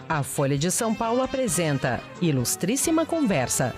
A Folha de São Paulo apresenta Ilustríssima Conversa.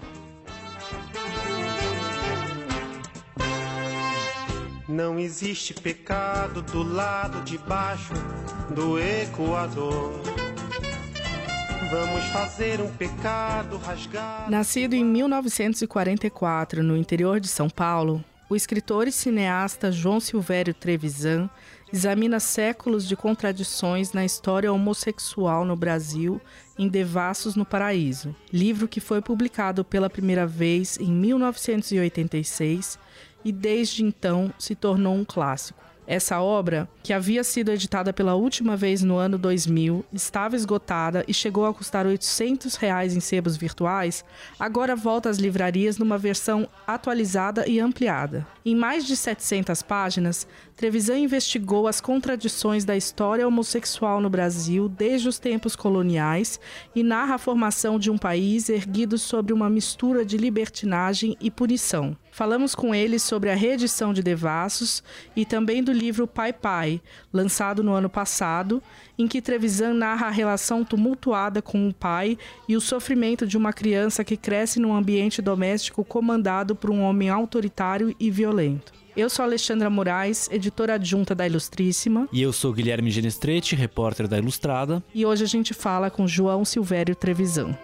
Não existe pecado do lado de baixo do Equador. Vamos fazer um pecado rasgado. Nascido em 1944, no interior de São Paulo, o escritor e cineasta João Silvério Trevisan examina séculos de contradições na história homossexual no Brasil em Devassos no Paraíso, livro que foi publicado pela primeira vez em 1986 e desde então se tornou um clássico. Essa obra, que havia sido editada pela última vez no ano 2000, estava esgotada e chegou a custar R$ 800 em sebos virtuais, agora volta às livrarias numa versão atualizada e ampliada. Em mais de 700 páginas, Trevisan investigou as contradições da história homossexual no Brasil desde os tempos coloniais e narra a formação de um país erguido sobre uma mistura de libertinagem e punição. Falamos com ele sobre a reedição de Devassos e também do livro Pai Pai, lançado no ano passado, em que Trevisan narra a relação tumultuada com o pai e o sofrimento de uma criança que cresce num ambiente doméstico comandado por um homem autoritário e violento. Eu sou Alexandra Moraes, editora adjunta da Ilustríssima. E eu sou Guilherme Genestretti, repórter da Ilustrada. E hoje a gente fala com João Silvério Trevisan.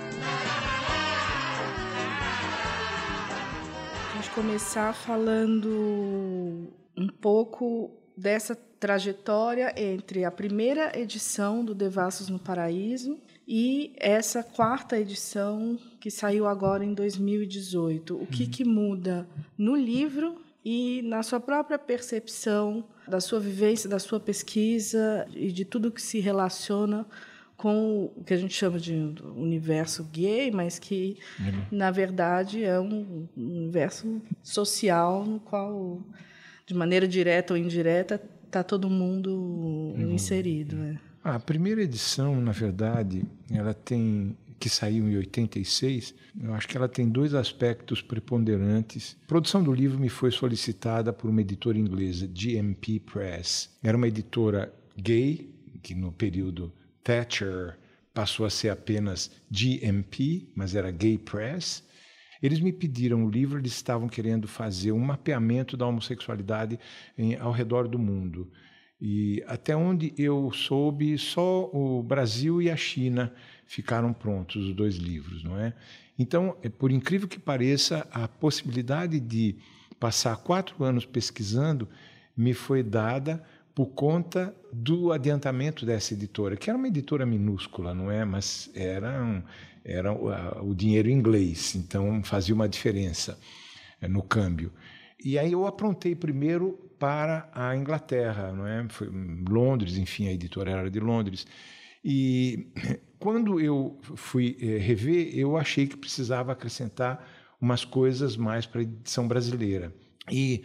Começar falando um pouco dessa trajetória entre a primeira edição do Devassos no Paraíso e essa quarta edição que saiu agora em 2018. O que muda no livro e na sua própria percepção da sua vivência, da sua pesquisa e de tudo que se relaciona com o que a gente chama de universo gay, mas que, na verdade, é um universo social no qual, de maneira direta ou indireta, está todo mundo inserido. Né? A primeira edição, na verdade, que saiu em 86, eu acho que ela tem dois aspectos preponderantes. A produção do livro me foi solicitada por uma editora inglesa, GMP Press. Era uma editora gay, que no período Thatcher passou a ser apenas GMP, mas era Gay Press. Eles me pediram o livro, eles estavam querendo fazer um mapeamento da homossexualidade ao redor do mundo. E até onde eu soube, só o Brasil e a China ficaram prontos, os dois livros, não é? Então, por incrível que pareça, a possibilidade de passar 4 anos pesquisando me foi dada por conta do adiantamento dessa editora, que era uma editora minúscula, não é? Mas era o dinheiro inglês, então fazia uma diferença no câmbio. E aí eu aprontei primeiro para a Inglaterra, não é? Foi Londres, enfim, a editora era de Londres. E quando eu fui rever, eu achei que precisava acrescentar umas coisas mais para a edição brasileira. E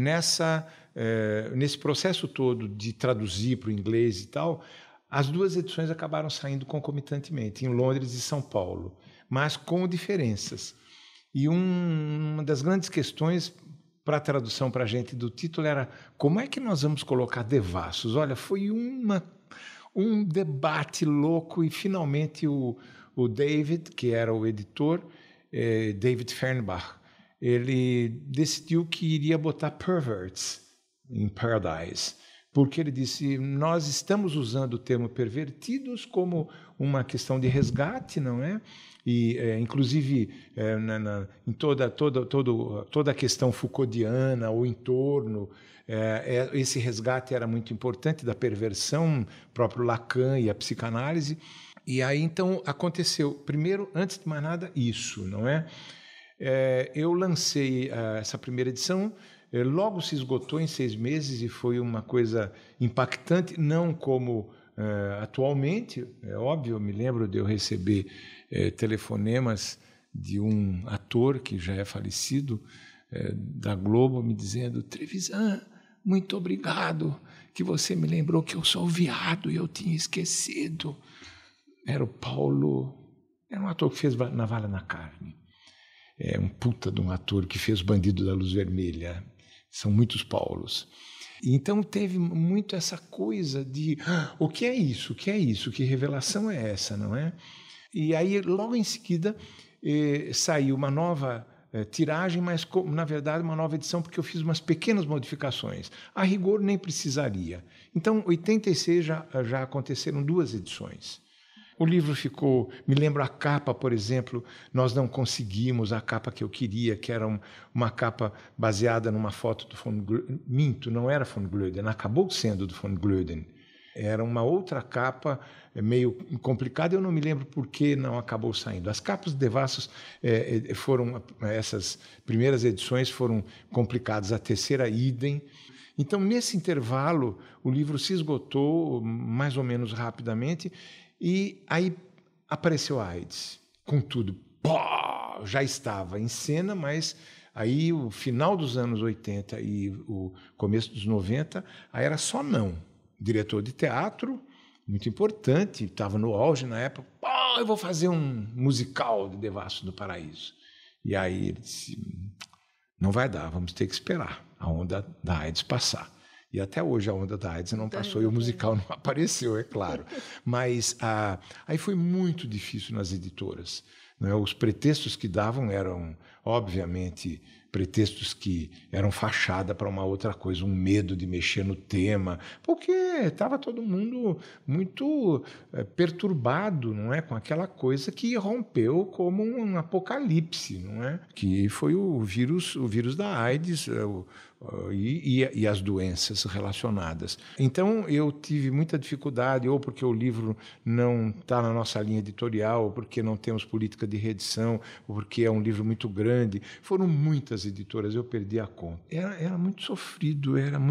nesse processo todo de traduzir para o inglês e tal, as duas edições acabaram saindo concomitantemente, em Londres e São Paulo, mas com diferenças. E uma das grandes questões para a tradução para a gente do título era como é que nós vamos colocar Devassos? Olha, foi um debate louco e finalmente o David, que era o editor, David Fernbach, ele decidiu que iria botar perverts em Paradise, porque ele disse, nós estamos usando o termo pervertidos como uma questão de resgate, não é? E, inclusive, em toda a questão Foucauldiana, o entorno, esse resgate era muito importante da perversão, próprio Lacan e a psicanálise. E aí, então, aconteceu, primeiro, antes de mais nada, isso, não é? Eu lancei essa primeira edição, logo se esgotou em 6 meses e foi uma coisa impactante, não como atualmente, é óbvio, eu me lembro de eu receber telefonemas de um ator que já é falecido, da Globo, me dizendo, Trevisan, muito obrigado que você me lembrou que eu sou viado e eu tinha esquecido. Era o Paulo, era um ator que fez Navalha na Carne. É um puta de um ator que fez Bandido da Luz Vermelha. São muitos Paulos. Então teve muito essa coisa de o que é isso? O que é isso? Que revelação é essa, não é? E aí, logo em seguida, saiu uma nova tiragem, mas, na verdade, uma nova edição, porque eu fiz umas pequenas modificações. A rigor, nem precisaria. Então, em 86 já aconteceram 2 edições. O livro ficou... Me lembro a capa, por exemplo, nós não conseguimos a capa que eu queria, que era uma capa baseada numa foto do von Glöden. Minto, não era von Glöden, acabou sendo do von Glöden. Era uma outra capa meio complicada, eu não me lembro por que não acabou saindo. As capas de Devassos essas primeiras edições foram complicadas, a terceira idem. Então, nesse intervalo, o livro se esgotou mais ou menos rapidamente, e aí apareceu a AIDS, com tudo. Já estava em cena, mas aí o final dos anos 80 e o começo dos 90, aí era só não. Diretor de teatro, muito importante, estava no auge na época. Eu vou fazer um musical de Devassos do Paraíso. E aí ele disse, não vai dar, vamos ter que esperar a onda da AIDS passar. E até hoje a onda da AIDS não passou e o musical não apareceu, é claro. Mas aí foi muito difícil nas editoras. Né? Os pretextos que davam eram, obviamente, pretextos que eram fachada para uma outra coisa, um medo de mexer no tema, porque estava todo mundo muito perturbado, não é, com aquela coisa que rompeu como um apocalipse, não é? Que foi o vírus da AIDS e as doenças relacionadas. Então eu tive muita dificuldade, ou porque o livro não está na nossa linha editorial, ou porque não temos política de reedição, ou porque é um livro muito grande. Foram muitas editoras, eu perdi a conta. Era muito sofrido,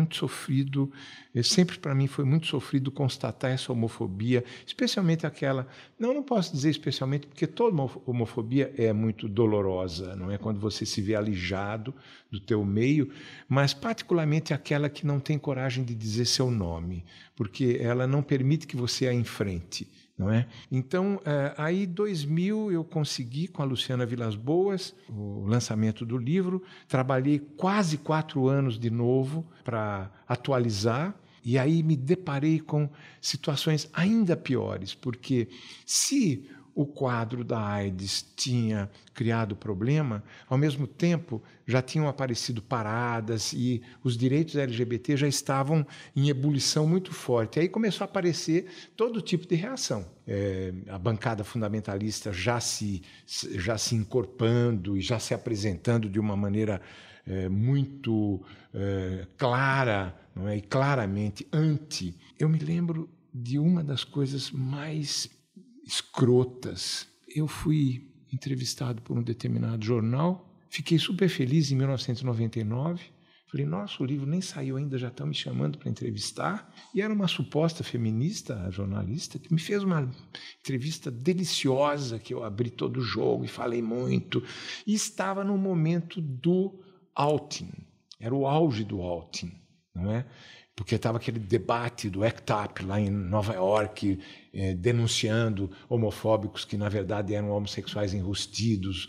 sempre para mim foi muito sofrido constatar essa homofobia, especialmente aquela, não posso dizer especialmente, porque toda homofobia é muito dolorosa, não é? Quando você se vê alijado do teu meio, mas particularmente aquela que não tem coragem de dizer seu nome, porque ela não permite que você a enfrente. Não é? Então, aí em 2000 eu consegui, com a Luciana Vilas Boas, o lançamento do livro. Trabalhei quase 4 anos de novo para atualizar, e aí me deparei com situações ainda piores, porque se o quadro da AIDS tinha criado problema, ao mesmo tempo já tinham aparecido paradas e os direitos LGBT já estavam em ebulição muito forte. Aí começou a aparecer todo tipo de reação. A bancada fundamentalista já se encorpando e já se apresentando de uma maneira muito clara, não é? E claramente anti. Eu me lembro de uma das coisas mais escrotas. Eu fui entrevistado por um determinado jornal, fiquei super feliz em 1999, falei, nossa, o livro nem saiu ainda, já estão me chamando para entrevistar, e era uma suposta feminista, a jornalista, que me fez uma entrevista deliciosa, que eu abri todo o jogo e falei muito, e estava no momento do outing, era o auge do outing, não é? Porque estava aquele debate do ACT UP lá em Nova York, denunciando homofóbicos que, na verdade, eram homossexuais enrustidos.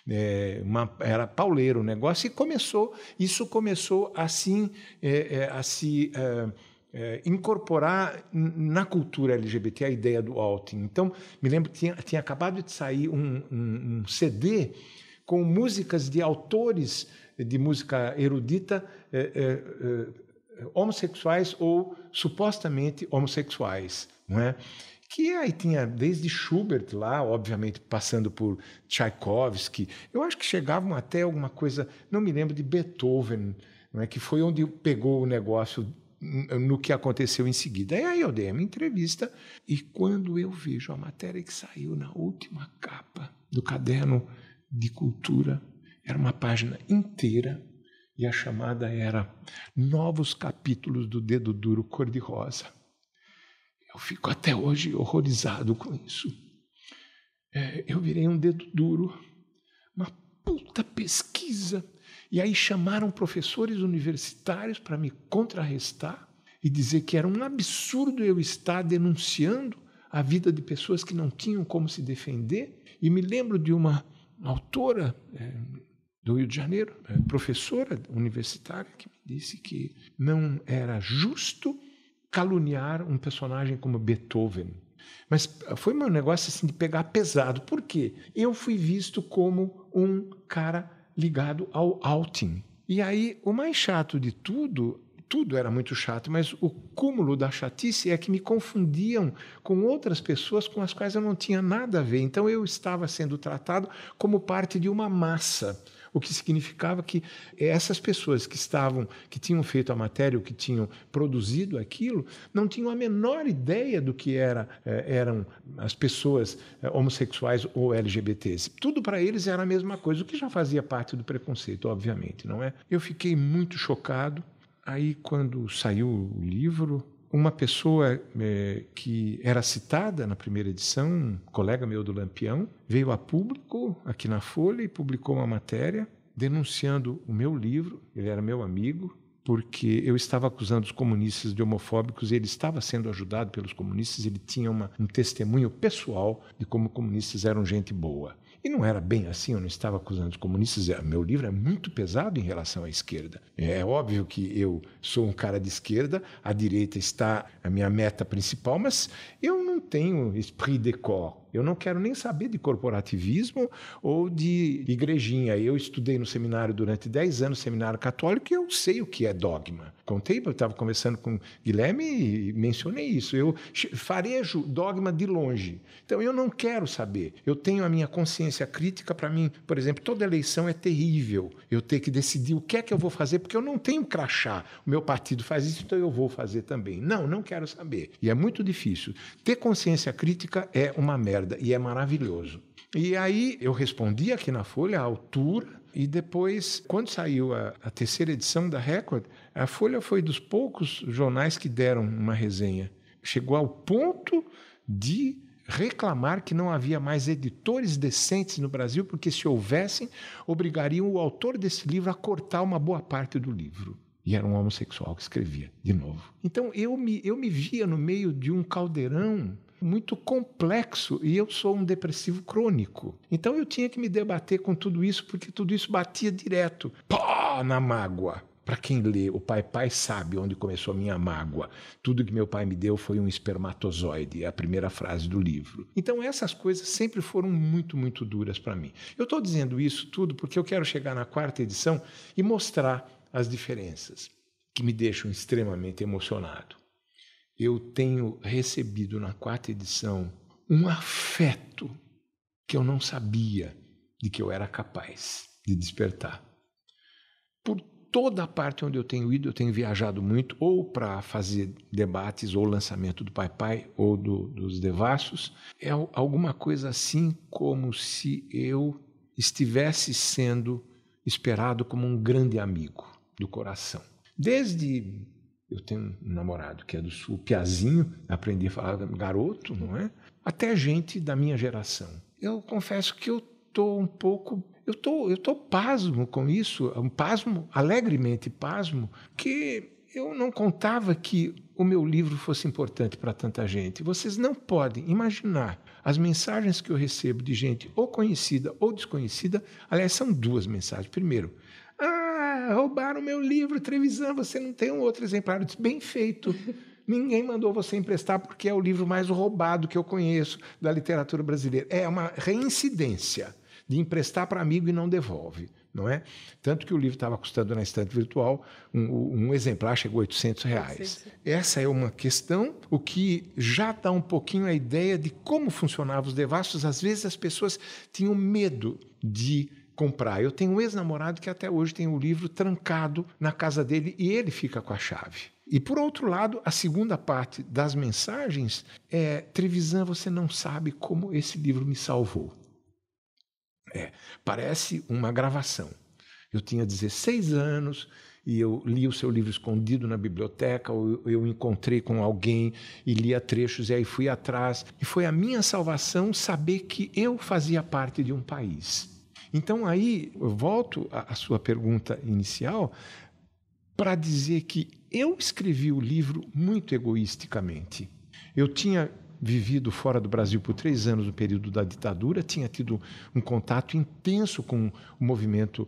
Era pauleiro o negócio, e isso começou assim, a se incorporar na cultura LGBT a ideia do outing. Então, me lembro que tinha acabado de sair um CD com músicas de autores de música erudita, homossexuais ou supostamente homossexuais, não é? Que aí tinha desde Schubert lá, obviamente passando por Tchaikovsky, eu acho que chegavam até alguma coisa, não me lembro, de Beethoven, não é? Que foi onde pegou o negócio no que aconteceu em seguida. E aí eu dei uma entrevista, e quando eu vejo a matéria que saiu na última capa do caderno de cultura, era uma página inteira, e a chamada era Novos Capítulos do Dedo Duro Cor-de-Rosa. Eu fico até hoje horrorizado com isso. Eu virei um dedo duro, uma puta pesquisa, e aí chamaram professores universitários para me contrarrestar e dizer que era um absurdo eu estar denunciando a vida de pessoas que não tinham como se defender. E me lembro de uma autora do Rio de Janeiro, professora universitária, que me disse que não era justo caluniar um personagem como Beethoven. Mas foi um negócio assim de pegar pesado. Por quê? Eu fui visto como um cara ligado ao outing. E aí, o mais chato de tudo era muito chato, mas o cúmulo da chatice é que me confundiam com outras pessoas com as quais eu não tinha nada a ver. Então, eu estava sendo tratado como parte de uma massa, o que significava que essas pessoas que tinham feito a matéria, ou que tinham produzido aquilo, não tinham a menor ideia do que eram as pessoas homossexuais ou LGBTs. Tudo para eles era a mesma coisa, o que já fazia parte do preconceito, obviamente, não é? Eu fiquei muito chocado. Aí, quando saiu o livro, uma pessoa que era citada na primeira edição, um colega meu do Lampião, veio a público, aqui na Folha, e publicou uma matéria denunciando o meu livro. Ele era meu amigo, porque eu estava acusando os comunistas de homofóbicos e ele estava sendo ajudado pelos comunistas. Ele tinha um testemunho pessoal de como comunistas eram gente boa. E não era bem assim, eu não estava acusando os comunistas. Meu livro é muito pesado em relação à esquerda. É óbvio que eu sou um cara de esquerda, à direita está a minha meta principal, mas eu não tenho esprit de corps. Eu não quero nem saber de corporativismo ou de igrejinha. Eu estudei no seminário durante 10 anos, seminário católico, e eu sei o que é dogma. Eu estava conversando com o Guilherme e mencionei isso. Eu farejo dogma de longe. Então, eu não quero saber. Eu tenho a minha consciência crítica. Para mim, por exemplo, toda eleição é terrível. Eu ter que decidir o que é que eu vou fazer, porque eu não tenho crachá. O meu partido faz isso, então eu vou fazer também. Não quero saber. E é muito difícil. Ter consciência crítica é uma merda. E é maravilhoso. E aí eu respondi aqui na Folha à altura, e depois, quando saiu a terceira edição da Record, a Folha foi dos poucos jornais que deram uma resenha. Chegou ao ponto de reclamar que não havia mais editores decentes no Brasil, porque se houvessem, obrigariam o autor desse livro a cortar uma boa parte do livro. E era um homossexual que escrevia, de novo. Então eu me via no meio de um caldeirão muito complexo, e eu sou um depressivo crônico. Então eu tinha que me debater com tudo isso, porque tudo isso batia direto, na mágoa. Para quem lê, o Pai sabe onde começou a minha mágoa. Tudo que meu pai me deu foi um espermatozoide, é a primeira frase do livro. Então essas coisas sempre foram muito, muito duras para mim. Eu estou dizendo isso tudo porque eu quero chegar na 4ª edição e mostrar as diferenças que me deixam extremamente emocionado. Eu tenho recebido na 4ª edição um afeto que eu não sabia de que eu era capaz de despertar. Por toda a parte onde eu tenho ido, eu tenho viajado muito, ou para fazer debates, ou lançamento do Pai, ou dos Devassos. É alguma coisa assim como se eu estivesse sendo esperado como um grande amigo do coração. Desde... Eu tenho um namorado que é do Sul, Piazinho, aprendi a falar garoto, não é? Até gente da minha geração. Eu confesso que eu estou um pouco... Eu tô pasmo com isso, alegremente pasmo, que eu não contava que o meu livro fosse importante para tanta gente. Vocês não podem imaginar as mensagens que eu recebo de gente ou conhecida ou desconhecida. Aliás, são 2 mensagens. Primeiro, roubaram meu livro, Trevisan, você não tem um outro exemplar. Eu disse, bem feito. Ninguém mandou você emprestar porque é o livro mais roubado que eu conheço da literatura brasileira. É uma reincidência de emprestar para amigo e não devolve, não é? Tanto que o livro estava custando na estante virtual, um exemplar chegou a R$800. Essa é uma questão, o que já dá um pouquinho a ideia de como funcionavam os devassos. Às vezes as pessoas tinham medo de comprar. Eu tenho um ex-namorado que até hoje tem o livro trancado na casa dele e ele fica com a chave. E, por outro lado, a segunda parte das mensagens é: Trevisan, você não sabe como esse livro me salvou. Parece uma gravação. Eu tinha 16 anos e eu li o seu livro escondido na biblioteca, ou eu encontrei com alguém e lia trechos e aí fui atrás. E foi a minha salvação saber que eu fazia parte de um país. Então aí eu volto à sua pergunta inicial para dizer que eu escrevi o livro muito egoisticamente. Eu tinha vivido fora do Brasil por 3 anos no período da ditadura, tinha tido um contato intenso com o movimento,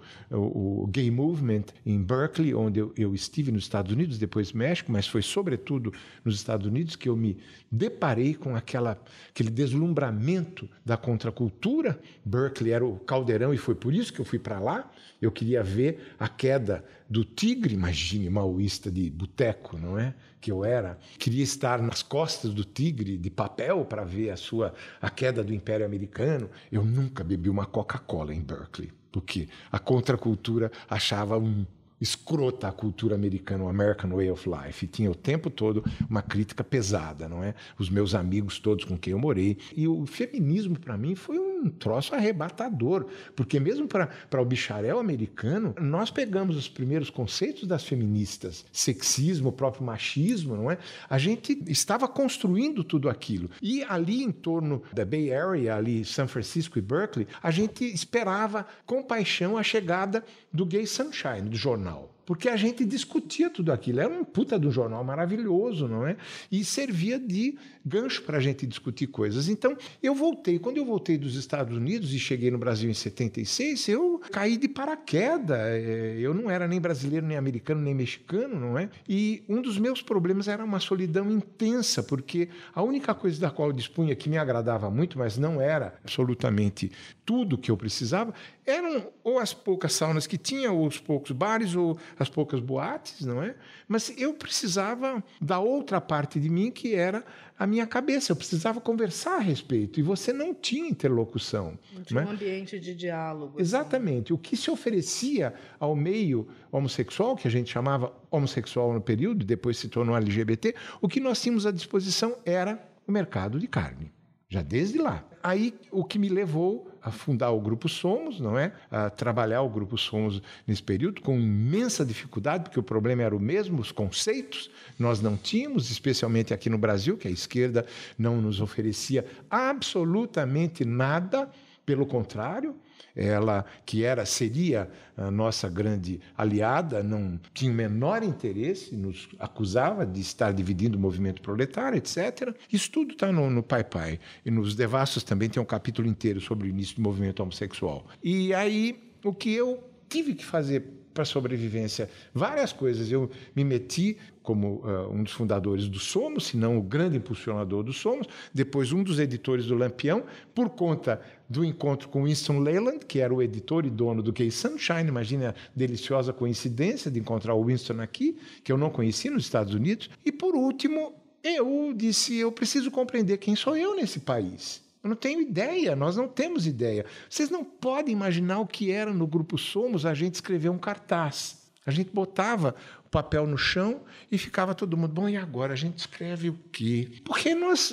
o gay movement em Berkeley, onde eu estive nos Estados Unidos, depois México, mas foi sobretudo nos Estados Unidos que eu me deparei com aquele deslumbramento da contracultura. Berkeley era o caldeirão e foi por isso que eu fui para lá. Eu queria ver a queda do tigre, imagine, maoísta de boteco, não é? Que eu era. Queria estar nas costas do tigre de papel para ver a queda do Império Americano. Eu nunca bebi uma Coca-Cola em Berkeley, porque a contracultura achava escrota a cultura americana, o American Way of Life. E tinha o tempo todo uma crítica pesada, não é? Os meus amigos todos com quem eu morei. E o feminismo, para mim, foi um troço arrebatador, porque mesmo para o bicharel americano, nós pegamos os primeiros conceitos das feministas, sexismo, o próprio machismo, não é? A gente estava construindo tudo aquilo. E ali em torno da Bay Area, ali São Francisco e Berkeley, a gente esperava com paixão a chegada do Gay Sunshine, do jornal. Porque a gente discutia tudo aquilo. Era um puta de um jornal maravilhoso, não é? E servia de gancho para a gente discutir coisas. Então, eu voltei. Quando eu voltei dos Estados Unidos e cheguei no Brasil em 76, eu caí de paraquedas. Eu não era nem brasileiro, nem americano, nem mexicano, não é? E um dos meus problemas era uma solidão intensa, porque a única coisa da qual eu dispunha que me agradava muito, mas não era absolutamente tudo que eu precisava, eram ou as poucas saunas que tinha, ou os poucos bares, ou as poucas boates, não é? Mas eu precisava da outra parte de mim, que era a minha cabeça. Eu precisava conversar a respeito, e você não tinha interlocução. Não tinha né? Um ambiente de diálogo. Exatamente. O que se oferecia ao meio homossexual, que a gente chamava homossexual no período, depois se tornou LGBT, o que nós tínhamos à disposição era o mercado de carne. Já desde lá. Aí, o que me levou a fundar o Grupo Somos, não é? A trabalhar o Grupo Somos nesse período, com imensa dificuldade, porque o problema era o mesmo, os conceitos nós não tínhamos, especialmente aqui no Brasil, que a esquerda não nos oferecia absolutamente nada, pelo contrário. Ela, que seria a nossa grande aliada, não tinha o menor interesse, nos acusava de estar dividindo o movimento proletário, etc. Isso tudo está no Pai Pai. E nos Devassos também tem um capítulo inteiro sobre o início do movimento homossexual. E aí, o que eu tive que fazer para a sobrevivência? Várias coisas. Eu me meti como um dos fundadores do Somos, se não o grande impulsionador do Somos, depois um dos editores do Lampião, por conta do encontro com Winston Leland, que era o editor e dono do Gay Sunshine. Imagina a deliciosa coincidência de encontrar o Winston aqui, que eu não conheci nos Estados Unidos. E, por último, eu disse, eu preciso compreender quem sou eu nesse país. Eu não tenho ideia, nós não temos ideia. Vocês não podem imaginar o que era no Grupo Somos a gente escrever um cartaz. A gente botava o papel no chão e ficava todo mundo, bom, e agora a gente escreve o quê? Porque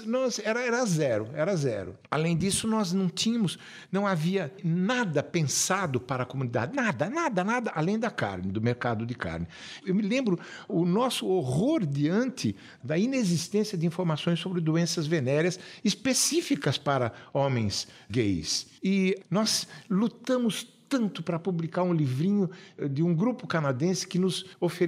era zero. Além disso, nós não havia nada pensado para a comunidade, nada, além da carne, do mercado de carne. Eu me lembro o nosso horror diante da inexistência de informações sobre doenças venéreas específicas para homens gays. E nós lutamos tanto para publicar um livrinho de um grupo canadense que nos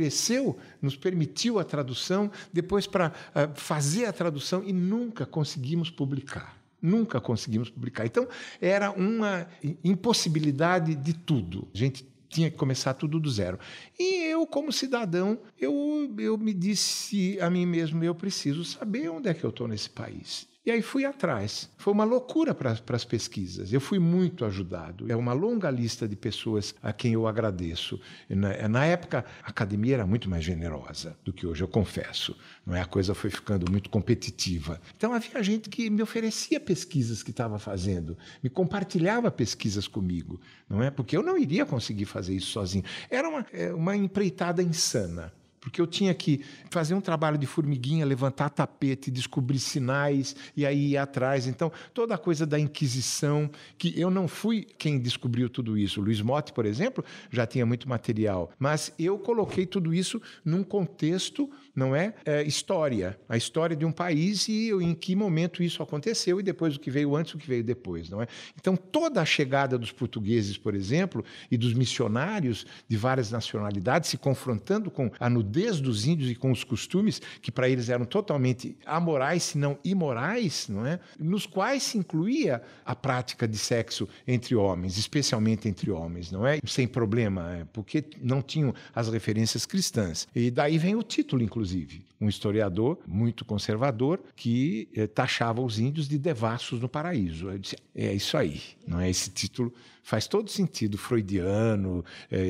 permitiu a tradução, depois para fazer a tradução, e nunca conseguimos publicar. Então, era uma impossibilidade de tudo. A gente tinha que começar tudo do zero. E eu, como cidadão, eu me disse a mim mesmo, eu preciso saber onde é que eu estou nesse país. E aí fui atrás. Foi uma loucura para as pesquisas. Eu fui muito ajudado. É uma longa lista de pessoas a quem eu agradeço. Na época, a academia era muito mais generosa do que hoje, eu confesso. Não é? A coisa foi ficando muito competitiva. Então, havia gente que me oferecia pesquisas que estava fazendo, me compartilhava pesquisas comigo, não é? Porque eu não iria conseguir fazer isso sozinho. Era uma empreitada insana. Porque eu tinha que fazer um trabalho de formiguinha, levantar tapete, descobrir sinais e aí ir atrás. Então, toda a coisa da Inquisição, que eu não fui quem descobriu tudo isso. O Luiz Motti, por exemplo, já tinha muito material. Mas eu coloquei tudo isso num contexto, não é? História. A história de um país e em que momento isso aconteceu e depois o que veio antes, o que veio depois, não é? Então, toda a chegada dos portugueses, por exemplo, e dos missionários de várias nacionalidades se confrontando com a nudez nudez dos índios e com os costumes que para eles eram totalmente amorais, se não imorais, não é? Nos quais se incluía a prática de sexo entre homens, especialmente entre homens, não é? Sem problema, porque não tinham as referências cristãs. E daí vem o título, inclusive. Um historiador muito conservador que taxava os índios de devassos no paraíso. Eu disse, é isso aí, não é? Esse título faz todo sentido freudiano,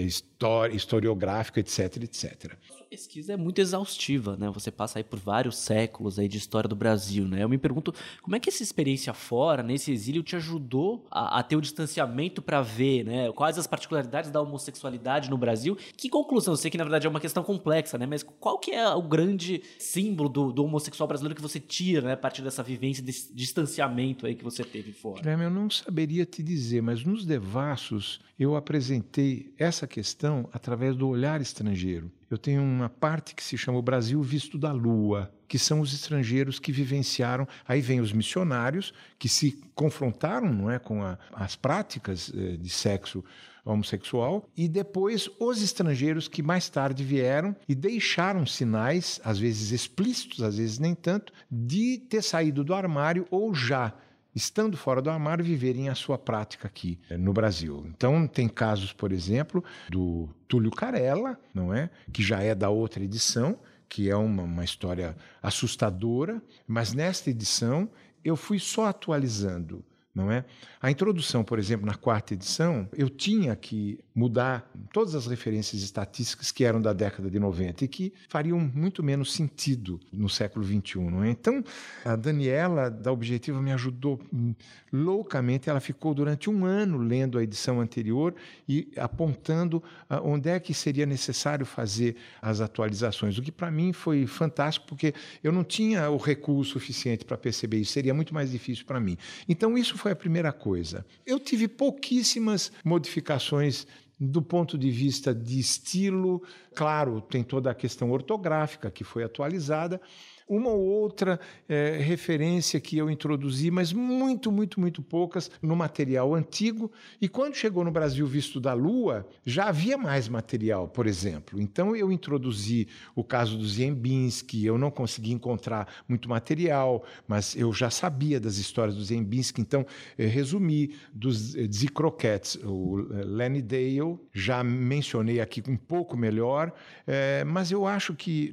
historiográfico, etc, etc. Sua pesquisa é muito exaustiva, né? Você passa aí por vários séculos aí de história do Brasil, né? Eu me pergunto, como é que essa experiência fora, nesse exílio, te ajudou a ter o distanciamento para ver, né? Quais as particularidades da homossexualidade no Brasil? Que conclusão? Eu sei que, na verdade, é uma questão complexa, né? Mas qual que é o grande símbolo do homossexual brasileiro que você tira, né? A partir dessa vivência, desse distanciamento aí que você teve fora? Eu não saberia te dizer, mas nos devassos eu apresentei essa questão através do olhar estrangeiro. Eu tenho uma parte que se chama o Brasil visto da Lua, que são os estrangeiros que vivenciaram. Aí vem os missionários que se confrontaram, não é, com as práticas de sexo homossexual, e depois os estrangeiros que mais tarde vieram e deixaram sinais, às vezes explícitos, às vezes nem tanto, de ter saído do armário ou já estando fora do armário, viverem a sua prática aqui no Brasil. Então, tem casos, por exemplo, do Túlio Carella, não é? Que já é da outra edição, que é uma história assustadora, mas nesta edição eu fui só atualizando, não é? A introdução, por exemplo, na 4ª edição, eu tinha que mudar todas as referências estatísticas que eram da década de 90 e que fariam muito menos sentido no século XXI, não é? Então, a Daniela, da Objetiva, me ajudou loucamente. Ela ficou durante um ano lendo a edição anterior e apontando onde é que seria necessário fazer as atualizações, o que para mim foi fantástico, porque eu não tinha o recuo suficiente para perceber isso, seria muito mais difícil para mim. Então, isso foi a primeira coisa. Eu tive pouquíssimas modificações do ponto de vista de estilo. Claro, tem toda a questão ortográfica que foi atualizada, uma ou outra referência que eu introduzi, mas muito poucas no material antigo. E quando chegou no Brasil visto da Lua, já havia mais material, por exemplo. Então eu introduzi o caso do Ziembinski. Eu não consegui encontrar muito material, mas eu já sabia das histórias do Ziembinski, então resumi dos Croquettes, o Lenny Dale, já mencionei aqui um pouco melhor, mas eu acho que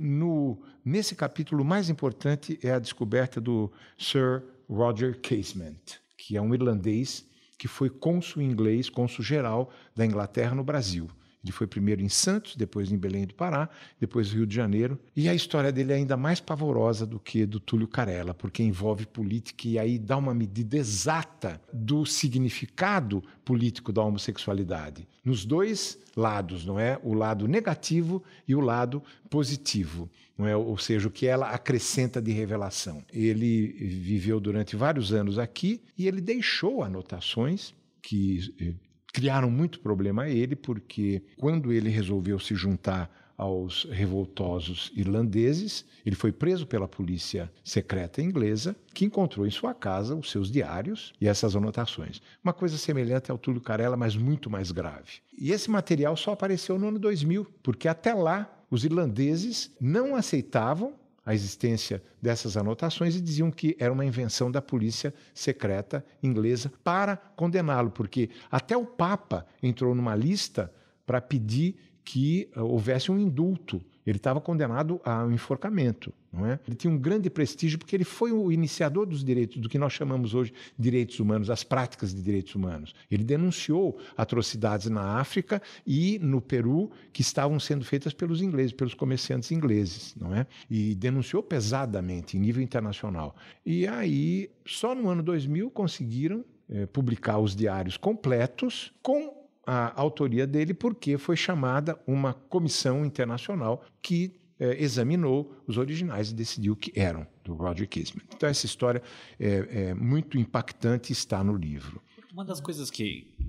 nesse capítulo, o mais importante é a descoberta do Sir Roger Casement, que é um irlandês que foi cônsul inglês, cônsul geral da Inglaterra no Brasil. Ele foi primeiro em Santos, depois em Belém do Pará, depois no Rio de Janeiro. E a história dele é ainda mais pavorosa do que do Túlio Carella, porque envolve política e aí dá uma medida exata do significado político da homossexualidade. Nos dois lados, não é? O lado negativo e o lado positivo, não é? Ou seja, o que ela acrescenta de revelação. Ele viveu durante vários anos aqui e ele deixou anotações que criaram muito problema a ele, porque quando ele resolveu se juntar aos revoltosos irlandeses, ele foi preso pela polícia secreta inglesa, que encontrou em sua casa os seus diários e essas anotações. Uma coisa semelhante ao Túlio Carella, mas muito mais grave. E esse material só apareceu no ano 2000, porque até lá os irlandeses não aceitavam a existência dessas anotações e diziam que era uma invenção da polícia secreta inglesa para condená-lo, porque até o Papa entrou numa lista para pedir que houvesse um indulto. Ele estava condenado ao enforcamento, não é? Ele tinha um grande prestígio porque ele foi o iniciador dos direitos, do que nós chamamos hoje de direitos humanos, as práticas de direitos humanos. Ele denunciou atrocidades na África e no Peru que estavam sendo feitas pelos ingleses, pelos comerciantes ingleses, não é? E denunciou pesadamente em nível internacional. E aí, só no ano 2000 conseguiram publicar os diários completos com a autoria dele, porque foi chamada uma comissão internacional que examinou os originais e decidiu que eram do Roger Casement. Então essa história é muito impactante e está no livro. Uma das coisas que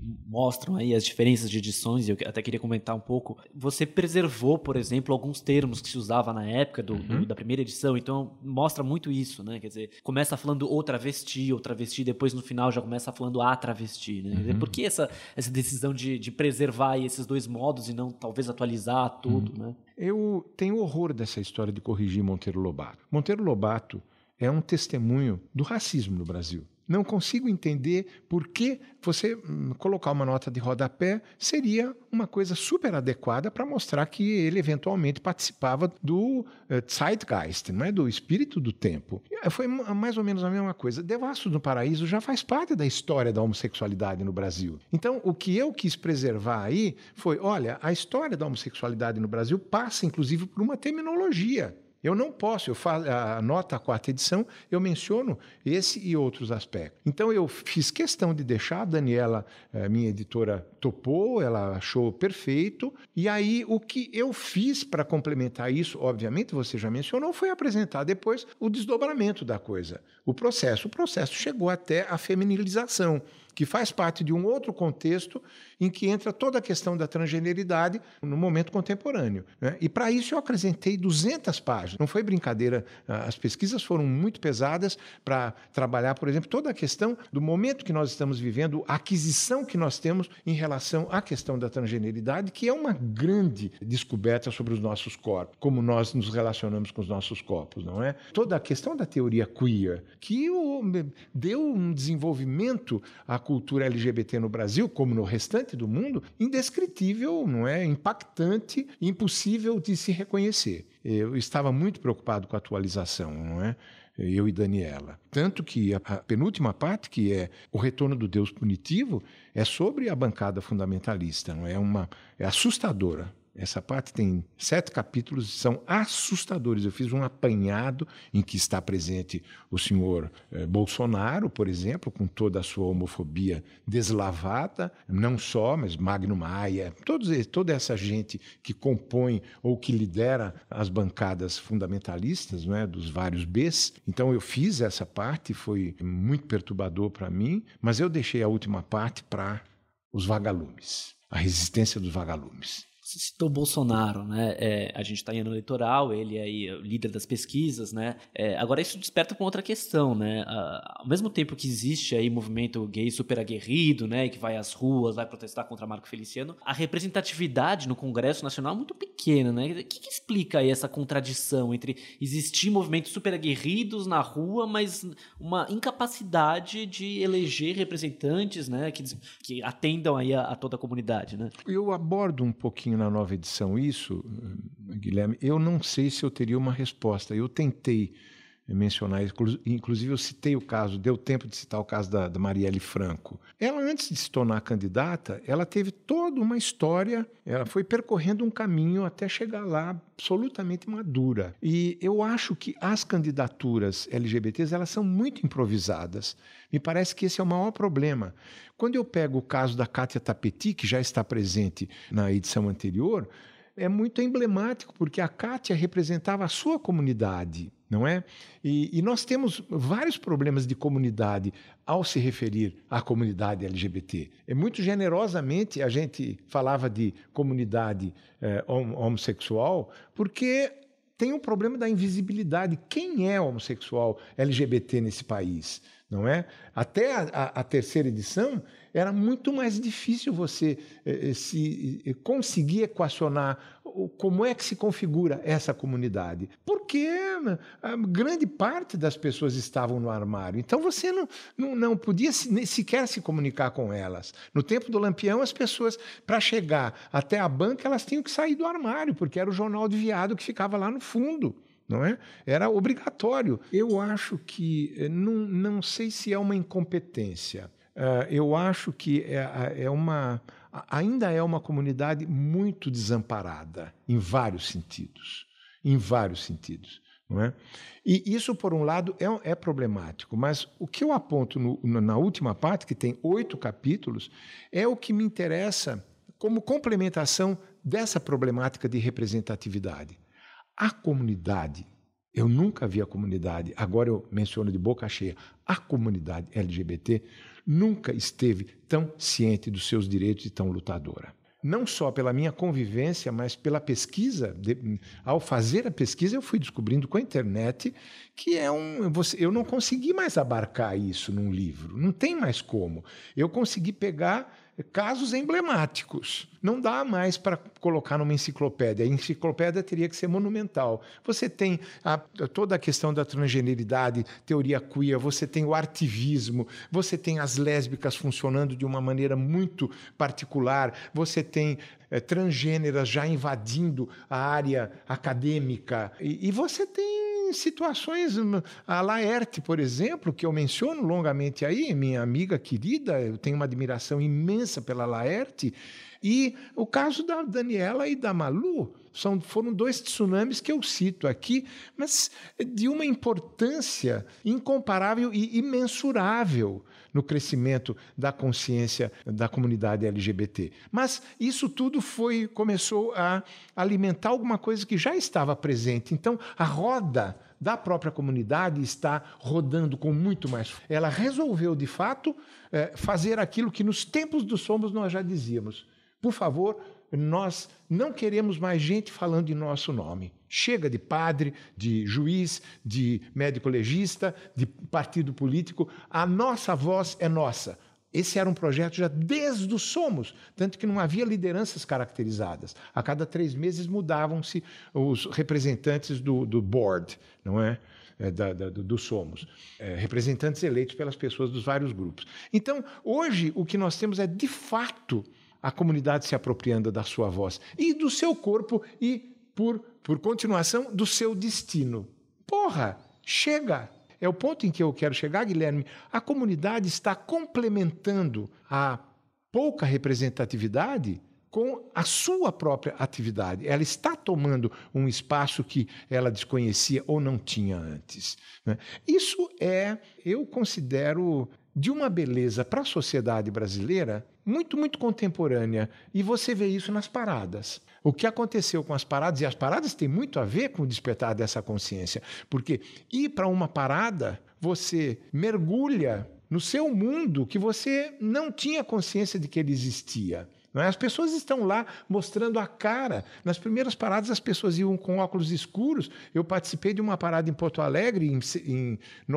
mostram aí as diferenças de edições, e eu até queria comentar um pouco. Você preservou, por exemplo, alguns termos que se usava na época da primeira edição, então mostra muito isso, né? Quer dizer, começa falando o travesti, depois no final já começa falando a travesti, né? Quer dizer, por que essa decisão de preservar aí esses dois modos e não talvez atualizar tudo, né? Eu tenho horror dessa história de corrigir Monteiro Lobato. Monteiro Lobato é um testemunho do racismo no Brasil. Não consigo entender por que você colocar uma nota de rodapé seria uma coisa super adequada para mostrar que ele eventualmente participava do Zeitgeist, não é? Do espírito do tempo. Foi mais ou menos a mesma coisa. Devassos no Paraíso já faz parte da história da homossexualidade no Brasil. Então, o que eu quis preservar aí foi, olha, a história da homossexualidade no Brasil passa, inclusive, por uma terminologia. Eu não posso, a nota, a 4ª edição, eu menciono esse e outros aspectos. Então, eu fiz questão de deixar, a Daniela, minha editora, topou, ela achou perfeito. E aí, o que eu fiz para complementar isso, obviamente, você já mencionou, foi apresentar depois o desdobramento da coisa, o processo. O processo chegou até a feminilização, que faz parte de um outro contexto em que entra toda a questão da transgeneridade no momento contemporâneo, né? E para isso eu acrescentei 200 páginas. Não foi brincadeira, as pesquisas foram muito pesadas para trabalhar, por exemplo, toda a questão do momento que nós estamos vivendo, a aquisição que nós temos em relação à questão da transgeneridade, que é uma grande descoberta sobre os nossos corpos, como nós nos relacionamos com os nossos corpos, não é? Toda a questão da teoria queer, que deu um desenvolvimento à cultura LGBT no Brasil, como no restante do mundo, indescritível, não é? Impactante, impossível de se reconhecer. Eu estava muito preocupado com a atualização, não é? Eu e Daniela. Tanto que a penúltima parte, que é o retorno do Deus punitivo, é sobre a bancada fundamentalista, não é? É assustadora. Essa parte tem 7 capítulos, são assustadores. Eu fiz um apanhado em que está presente o senhor Bolsonaro, por exemplo, com toda a sua homofobia deslavada, não só, mas Magno Maia, toda essa gente que compõe ou que lidera as bancadas fundamentalistas, não é, dos vários Bs. Então eu fiz essa parte, foi muito perturbador para mim, mas eu deixei a última parte para os vagalumes, a resistência dos vagalumes. Você citou o Bolsonaro, né? A gente está em ano eleitoral, ele é aí o líder das pesquisas, né? Agora isso desperta para outra questão, né? Ao mesmo tempo que existe aí movimento gay super aguerrido, né? Que vai às ruas, vai protestar contra Marco Feliciano, a representatividade no Congresso Nacional é muito pequena, né? O que explica aí essa contradição entre existir movimentos super aguerridos na rua, mas uma incapacidade de eleger representantes, né? Que atendam aí a toda a comunidade, né? Eu abordo um pouquinho na nova edição isso, Guilherme, eu não sei se eu teria uma resposta. Eu tentei mencionar, inclusive eu citei o caso, deu tempo de citar o caso da Marielle Franco. Ela, antes de se tornar candidata, ela teve toda uma história, ela foi percorrendo um caminho até chegar lá absolutamente madura. E eu acho que as candidaturas LGBTs, elas são muito improvisadas. Me parece que esse é o maior problema. Quando eu pego o caso da Kátia Tapeti, que já está presente na edição anterior, é muito emblemático, porque a Kátia representava a sua comunidade, não é? E nós temos vários problemas de comunidade ao se referir à comunidade LGBT. Muito generosamente a gente falava de comunidade homossexual, porque tem um problema da invisibilidade. Quem é homossexual LGBT nesse país? Não é? Até a terceira edição era muito mais difícil você conseguir equacionar como é que se configura essa comunidade. Porque a grande parte das pessoas estavam no armário. Então você não podia sequer se comunicar com elas. No tempo do Lampião, as pessoas, para chegar até a banca, elas tinham que sair do armário, porque era o jornal de viado que ficava lá no fundo. Não é? Era obrigatório. Eu acho que, não sei se é uma incompetência, eu acho que ainda é uma comunidade muito desamparada, em vários sentidos. Não é? E isso, por um lado, é problemático, mas o que eu aponto na última parte, que tem 8 capítulos, é o que me interessa como complementação dessa problemática de representatividade. A comunidade Eu nunca vi a comunidade, agora eu menciono de boca cheia, a comunidade LGBT nunca esteve tão ciente dos seus direitos e tão lutadora. Não só pela minha convivência, mas pela pesquisa. Ao fazer a pesquisa, eu fui descobrindo com a internet que eu não consegui mais abarcar isso num livro. Não tem mais como. Eu consegui pegar casos emblemáticos. Não dá mais para colocar numa enciclopédia. A enciclopédia teria que ser monumental. Você tem toda a questão da transgeneridade, teoria queer, você tem o artivismo, você tem as lésbicas funcionando de uma maneira muito particular, você tem transgêneras já invadindo a área acadêmica, e você tem situações, a Laerte, por exemplo, que eu menciono longamente aí, minha amiga querida, eu tenho uma admiração imensa pela Laerte, e o caso da Daniela e da Malu foram 2 tsunamis que eu cito aqui, mas de uma importância incomparável e imensurável no crescimento da consciência da comunidade LGBT. Mas isso tudo começou a alimentar alguma coisa que já estava presente. Então, a roda da própria comunidade está rodando com muito mais. Ela resolveu, de fato, fazer aquilo que nos tempos dos Somos nós já dizíamos. Por favor, nós não queremos mais gente falando em nosso nome. Chega de padre, de juiz, de médico legista, de partido político. A nossa voz é nossa. Esse era um projeto já desde os Somos, tanto que não havia lideranças caracterizadas. A cada 3 meses mudavam-se os representantes do board, não é? Do Somos, representantes eleitos pelas pessoas dos vários grupos. Então, hoje, o que nós temos é, de fato, a comunidade se apropriando da sua voz e do seu corpo e, por continuação, do seu destino. Porra, chega! É o ponto em que eu quero chegar, Guilherme. A comunidade está complementando a pouca representatividade com a sua própria atividade. Ela está tomando um espaço que ela desconhecia ou não tinha antes, né? Isso eu considero, de uma beleza para a sociedade brasileira muito, muito contemporânea. E você vê isso nas paradas. O que aconteceu com as paradas, e as paradas têm muito a ver com o despertar dessa consciência, porque ir para uma parada, você mergulha no seu mundo que você não tinha consciência de que ele existia. Não é? As pessoas estão lá mostrando a cara. Nas primeiras paradas as pessoas iam com óculos escuros. Eu participei de uma parada em Porto Alegre em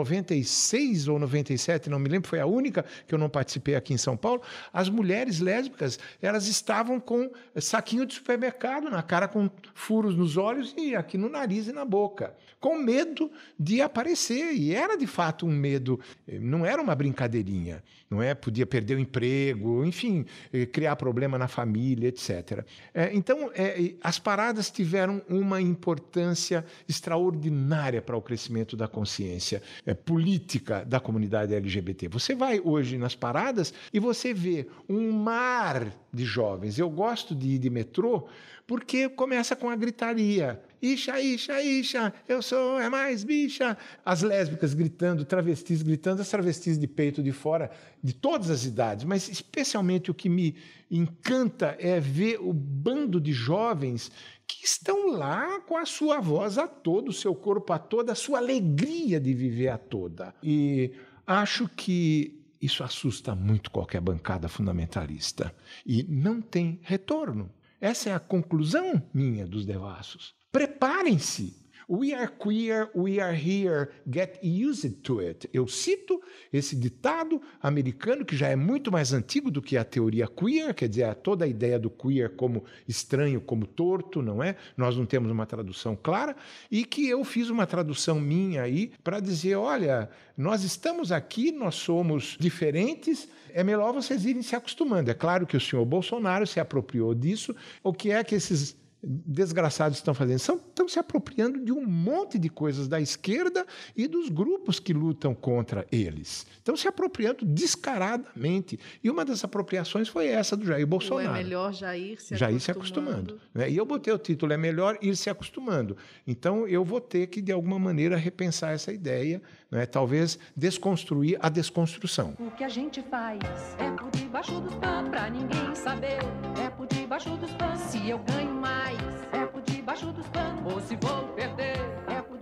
96 ou 97, não me lembro, foi a única que eu não participei aqui em São Paulo. As mulheres lésbicas, elas estavam com saquinho de supermercado na cara, com furos nos olhos e aqui no nariz e na boca, com medo de aparecer. E era de fato um medo, não era uma brincadeirinha, não é? Podia perder o emprego, enfim, criar problemas na família, etc. Então, as paradas tiveram uma importância extraordinária para o crescimento da consciência política da comunidade LGBT. Você vai hoje nas paradas e você vê um mar de jovens. Eu gosto de ir de metrô porque começa com a gritaria. Ixa, ixa, ixa, eu sou mais bicha. As lésbicas gritando, travestis gritando, as travestis de peito de fora, de todas as idades. Mas especialmente o que me encanta é ver o bando de jovens que estão lá com a sua voz a todo, o seu corpo a toda, a sua alegria de viver a toda. E acho que isso assusta muito qualquer bancada fundamentalista. E não tem retorno. Essa é a conclusão minha dos devassos. Preparem-se. We are queer, we are here, get used to it. Eu cito esse ditado americano, que já é muito mais antigo do que a teoria queer, quer dizer, toda a ideia do queer como estranho, como torto, não é? Nós não temos uma tradução clara, e que eu fiz uma tradução minha aí para dizer, olha, nós estamos aqui, nós somos diferentes, é melhor vocês irem se acostumando. É claro que o senhor Bolsonaro se apropriou disso. O que é que esses desgraçados estão fazendo? Estão se apropriando de um monte de coisas da esquerda e dos grupos que lutam contra eles. Estão se apropriando descaradamente. E uma das apropriações foi essa do Jair Bolsonaro. Ou é melhor já ir se acostumando. Né? E eu botei o título, é melhor ir se acostumando. Então, eu vou ter que, de alguma maneira, repensar essa ideia, né? Talvez desconstruir a desconstrução. O que a gente faz é por debaixo dos panos, pra ninguém saber. É por debaixo dos panos. Se eu ganho mais, é por debaixo dos panos. Ou se vou perder, é por debaixo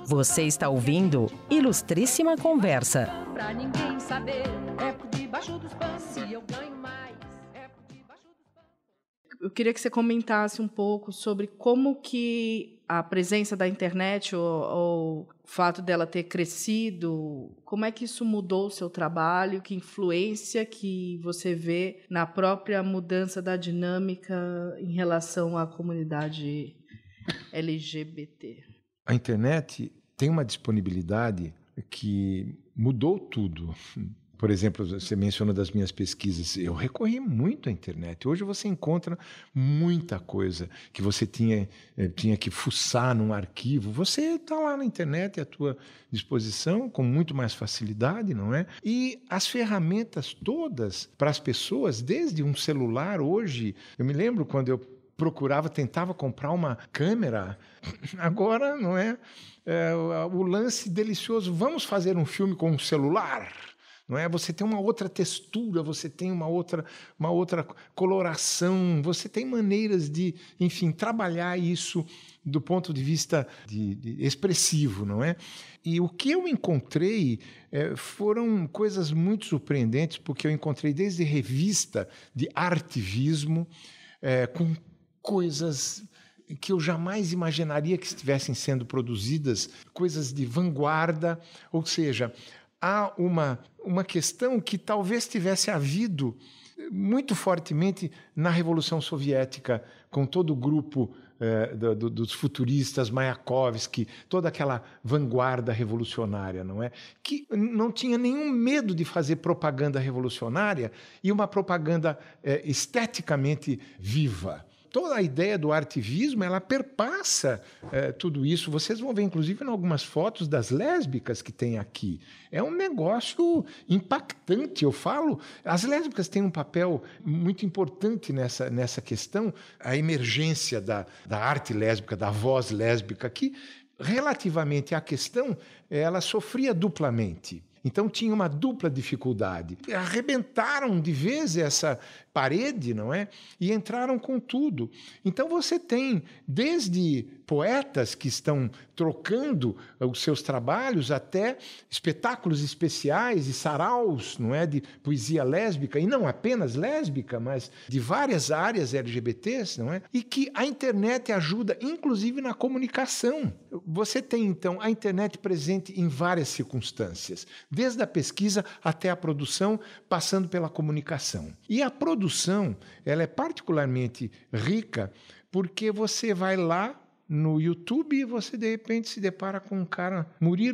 Você está ouvindo Ilustríssima Conversa. Pra ninguém saber, é por debaixo dos panos. Se eu ganho mais, é por debaixo dos panos. Eu queria que você comentasse um pouco sobre como que a presença da internet ou o fato dela ter crescido, como é que isso mudou o seu trabalho, que influência que você vê na própria mudança da dinâmica em relação à comunidade LGBT? A internet tem uma disponibilidade que mudou tudo. Por exemplo, você mencionou das minhas pesquisas. Eu recorri muito à internet. Hoje você encontra muita coisa que você tinha que fuçar num arquivo. Você está lá na internet à tua disposição com muito mais facilidade, não é? E as ferramentas todas para as pessoas, desde um celular hoje. Eu me lembro quando eu tentava comprar uma câmera. Agora, não é? O lance delicioso. Vamos fazer um filme com um celular? Não é? Você tem uma outra textura, você tem uma outra coloração, você tem maneiras de, enfim, trabalhar isso do ponto de vista de expressivo, não é? E o que eu encontrei foram coisas muito surpreendentes, porque eu encontrei desde revista de artivismo, com coisas que eu jamais imaginaria que estivessem sendo produzidas, coisas de vanguarda, ou seja, há uma questão que talvez tivesse havido muito fortemente na Revolução Soviética, com todo o grupo dos futuristas, Mayakovsky, toda aquela vanguarda revolucionária, não é? Que não tinha nenhum medo de fazer propaganda revolucionária e uma propaganda esteticamente viva. Toda a ideia do artivismo, ela perpassa tudo isso. Vocês vão ver, inclusive, em algumas fotos das lésbicas que tem aqui. É um negócio impactante. Eu falo, as lésbicas têm um papel muito importante nessa questão, a emergência da arte lésbica, da voz lésbica, que, relativamente à questão, ela sofria duplamente. Então tinha uma dupla dificuldade. Arrebentaram de vez essa parede, não é? E entraram com tudo. Então você tem desde poetas que estão trocando os seus trabalhos até espetáculos especiais e saraus, não é, de poesia lésbica, e não apenas lésbica, mas de várias áreas LGBTs, não é? E que a internet ajuda, inclusive na comunicação. Você tem, então, a internet presente em várias circunstâncias, desde a pesquisa até a produção, passando pela comunicação. E a produção, ela é particularmente rica porque você vai lá no YouTube e você, de repente, se depara com um cara,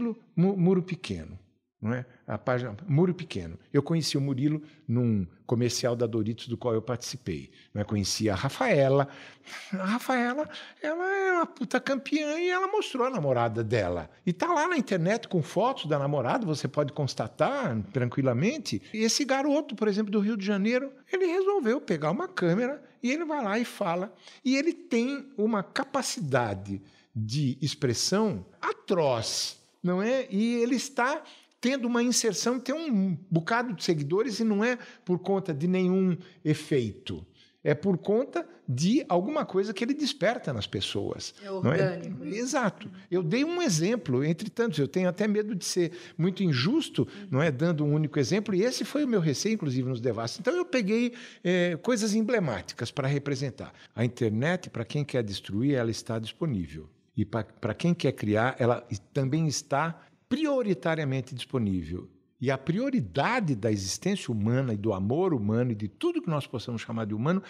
Muro Pequeno. Não é? A página Muro Pequeno. Eu conheci o Murilo num comercial da Doritos do qual eu participei. Eu conheci a Rafaela. A Rafaela, ela é uma puta campeã e ela mostrou a namorada dela. E tá lá na internet com fotos da namorada, você pode constatar tranquilamente. E esse garoto, por exemplo, do Rio de Janeiro, ele resolveu pegar uma câmera e ele vai lá e fala. E ele tem uma capacidade de expressão atroz, não é? E ele está tendo uma inserção, tem um bocado de seguidores e não é por conta de nenhum efeito. É por conta de alguma coisa que ele desperta nas pessoas. É orgânico. Não é? Exato. Eu dei um exemplo, entre tantos. Eu tenho até medo de ser muito injusto, não é, dando um único exemplo, e esse foi o meu receio, inclusive, nos devassos. Então, eu peguei coisas emblemáticas para representar. A internet, para quem quer destruir, ela está disponível. E para quem quer criar, ela também está prioritariamente disponível. E a prioridade da existência humana e do amor humano e de tudo que nós possamos chamar de humano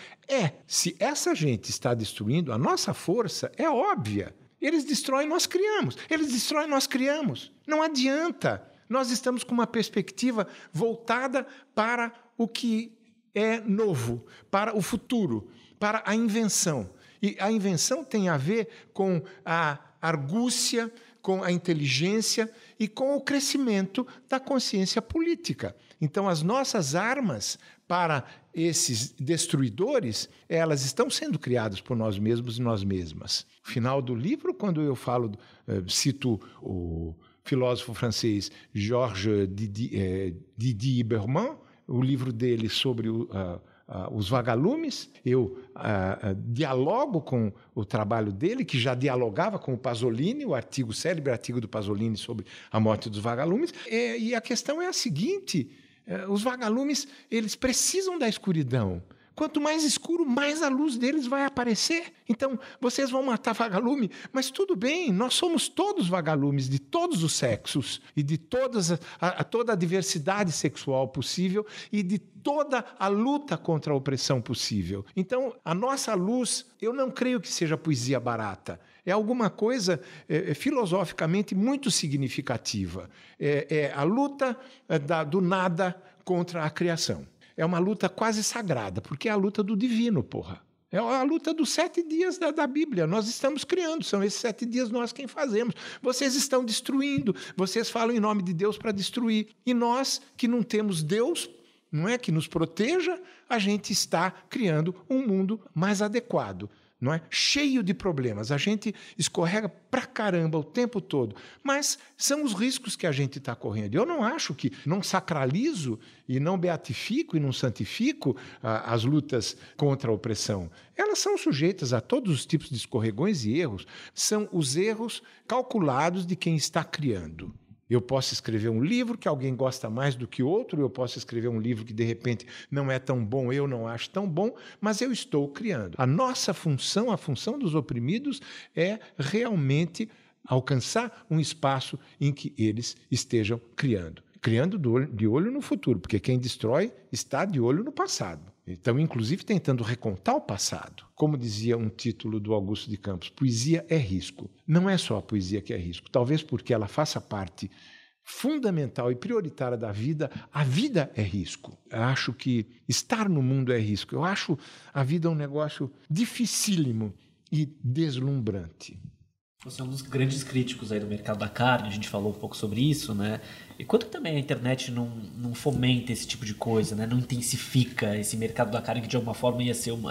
se essa gente está destruindo, a nossa força é óbvia. Eles destroem, nós criamos. Eles destroem, nós criamos. Não adianta. Nós estamos com uma perspectiva voltada para o que é novo, para o futuro, para a invenção. E a invenção tem a ver com a argúcia, com a inteligência e com o crescimento da consciência política. Então, as nossas armas para esses destruidores, elas estão sendo criadas por nós mesmos e nós mesmas. No final do livro, quando eu falo, cito o filósofo francês Georges Didier Berman, o livro dele sobre os vagalumes, eu dialogo com o trabalho dele, que já dialogava com o Pasolini, o célebre artigo do Pasolini sobre a morte dos vagalumes. E a questão é a seguinte: os vagalumes, eles precisam da escuridão. Quanto mais escuro, mais a luz deles vai aparecer. Então, vocês vão matar vagalume, mas tudo bem, nós somos todos vagalumes de todos os sexos e de toda a diversidade sexual possível e de toda a luta contra a opressão possível. Então, a nossa luz, eu não creio que seja poesia barata. É alguma coisa filosoficamente muito significativa. É a luta do nada contra a criação. É uma luta quase sagrada, porque é a luta do divino, porra. É a luta dos 7 dias da Bíblia. Nós estamos criando, são esses 7 dias nós quem fazemos. Vocês estão destruindo, vocês falam em nome de Deus para destruir. E nós, que não temos Deus, não é, que nos proteja, a gente está criando um mundo mais adequado. Não é? Cheio de problemas. A gente escorrega pra caramba o tempo todo. Mas são os riscos que a gente está correndo. Eu não acho que não sacralizo e não beatifico e não santifico as lutas contra a opressão. Elas são sujeitas a todos os tipos de escorregões e erros. São os erros calculados de quem está criando. Eu posso escrever um livro que alguém gosta mais do que outro, eu posso escrever um livro que, de repente, não é tão bom, eu não acho tão bom, mas eu estou criando. A nossa função, a função dos oprimidos, é realmente alcançar um espaço em que eles estejam criando. Criando de olho no futuro, porque quem destrói está de olho no passado. Então, inclusive, tentando recontar o passado. Como dizia um título do Augusto de Campos, poesia é risco. Não é só a poesia que é risco. Talvez porque ela faça parte fundamental e prioritária da vida, a vida é risco. Eu acho que estar no mundo é risco. Eu acho a vida um negócio dificílimo e deslumbrante. Você é um dos grandes críticos aí do mercado da carne, a gente falou um pouco sobre isso, né? E quanto que também a internet não fomenta esse tipo de coisa, né? Não intensifica esse mercado da carne que de alguma forma ia ser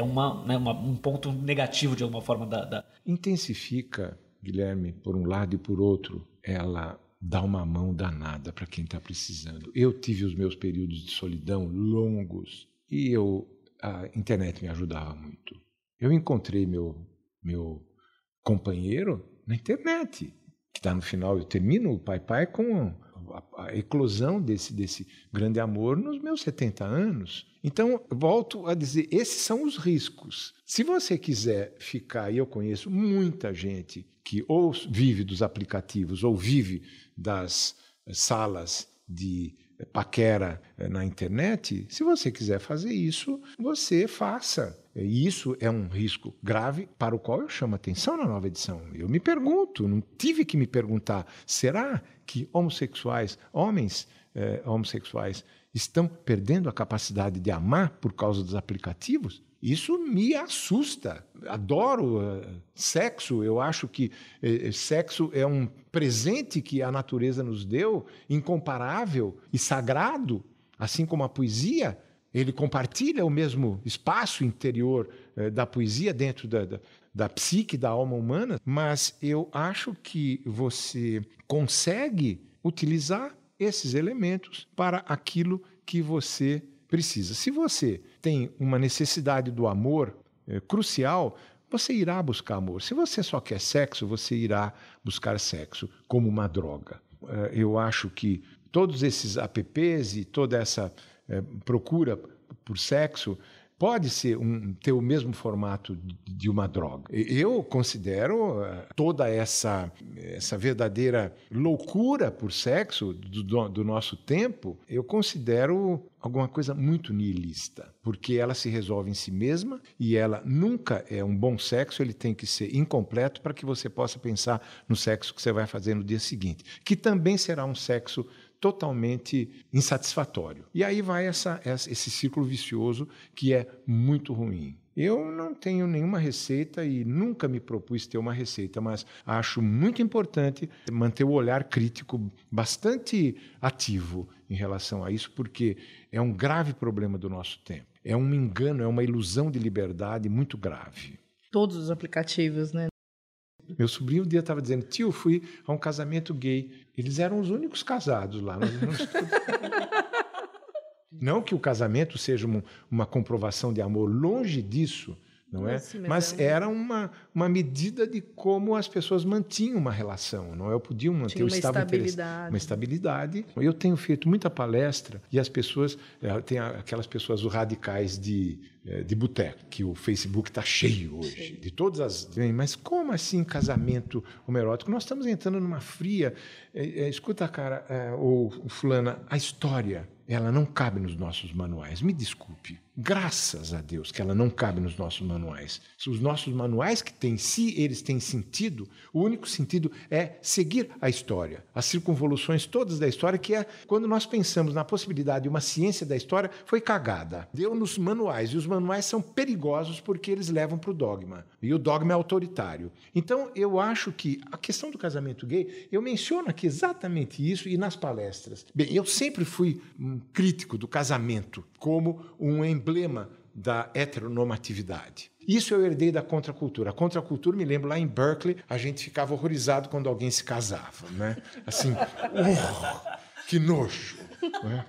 um ponto negativo de alguma forma da... Intensifica, Guilherme, por um lado e por outro, ela dá uma mão danada para quem está precisando. Eu tive os meus períodos de solidão longos e a internet me ajudava muito. Eu encontrei meu companheiro na internet, que está no final. Eu termino o Pai Pai com a eclosão desse grande amor nos meus 70 anos. Então, volto a dizer, esses são os riscos. Se você quiser ficar, e eu conheço muita gente que ou vive dos aplicativos ou vive das salas de paquera na internet, se você quiser fazer isso, você faça. E isso é um risco grave para o qual eu chamo atenção na nova edição. Eu me pergunto, não tive que me perguntar, será que homens homossexuais estão perdendo a capacidade de amar por causa dos aplicativos? Isso me assusta. Adoro sexo. Eu acho que sexo é um presente que a natureza nos deu, incomparável e sagrado, assim como a poesia. Ele compartilha o mesmo espaço interior da poesia dentro da psique, da alma humana, mas eu acho que você consegue utilizar esses elementos para aquilo que você precisa. Se você tem uma necessidade do amor crucial, você irá buscar amor. Se você só quer sexo, você irá buscar sexo como uma droga. Eu acho que todos esses apps e toda essa procura por sexo pode ter o mesmo formato de uma droga. Eu considero toda essa verdadeira loucura por sexo do nosso tempo, eu considero alguma coisa muito nihilista, porque ela se resolve em si mesma e ela nunca é um bom sexo, ele tem que ser incompleto para que você possa pensar no sexo que você vai fazer no dia seguinte, que também será um sexo totalmente insatisfatório. E aí vai esse círculo vicioso que é muito ruim. Eu não tenho nenhuma receita e nunca me propus ter uma receita, mas acho muito importante manter o olhar crítico bastante ativo em relação a isso, porque é um grave problema do nosso tempo. É um engano, é uma ilusão de liberdade muito grave. Todos os aplicativos, né? Meu sobrinho um dia estava dizendo, tio, fui a um casamento gay. Eles eram os únicos casados lá. Não que o casamento seja uma comprovação de amor, longe disso, não é? Mas era uma medida de como as pessoas mantinham uma relação, não é? Podiam manter, uma estabilidade. Uma estabilidade. Eu tenho feito muita palestra e as pessoas, tem aquelas pessoas radicais de boteco, que o Facebook está cheio hoje, de todas as... Mas como assim casamento homoerótico? Nós estamos entrando numa fria... escuta, cara, ou fulana, a história... ela não cabe nos nossos manuais. Me desculpe. Graças a Deus que ela não cabe nos nossos manuais. Os nossos manuais que têm, se eles têm sentido, o único sentido é seguir a história. As circunvoluções todas da história, que é quando nós pensamos na possibilidade de uma ciência da história, foi cagada. Deu nos manuais. E os manuais são perigosos porque eles levam para o dogma. E o dogma é autoritário. Então, eu acho que a questão do casamento gay, eu menciono aqui exatamente isso e nas palestras. Bem, eu sempre fui crítico do casamento como um emblema da heteronormatividade. Isso eu herdei da contracultura. A contracultura, me lembro, lá em Berkeley, a gente ficava horrorizado quando alguém se casava, né? Assim, que nojo! Né?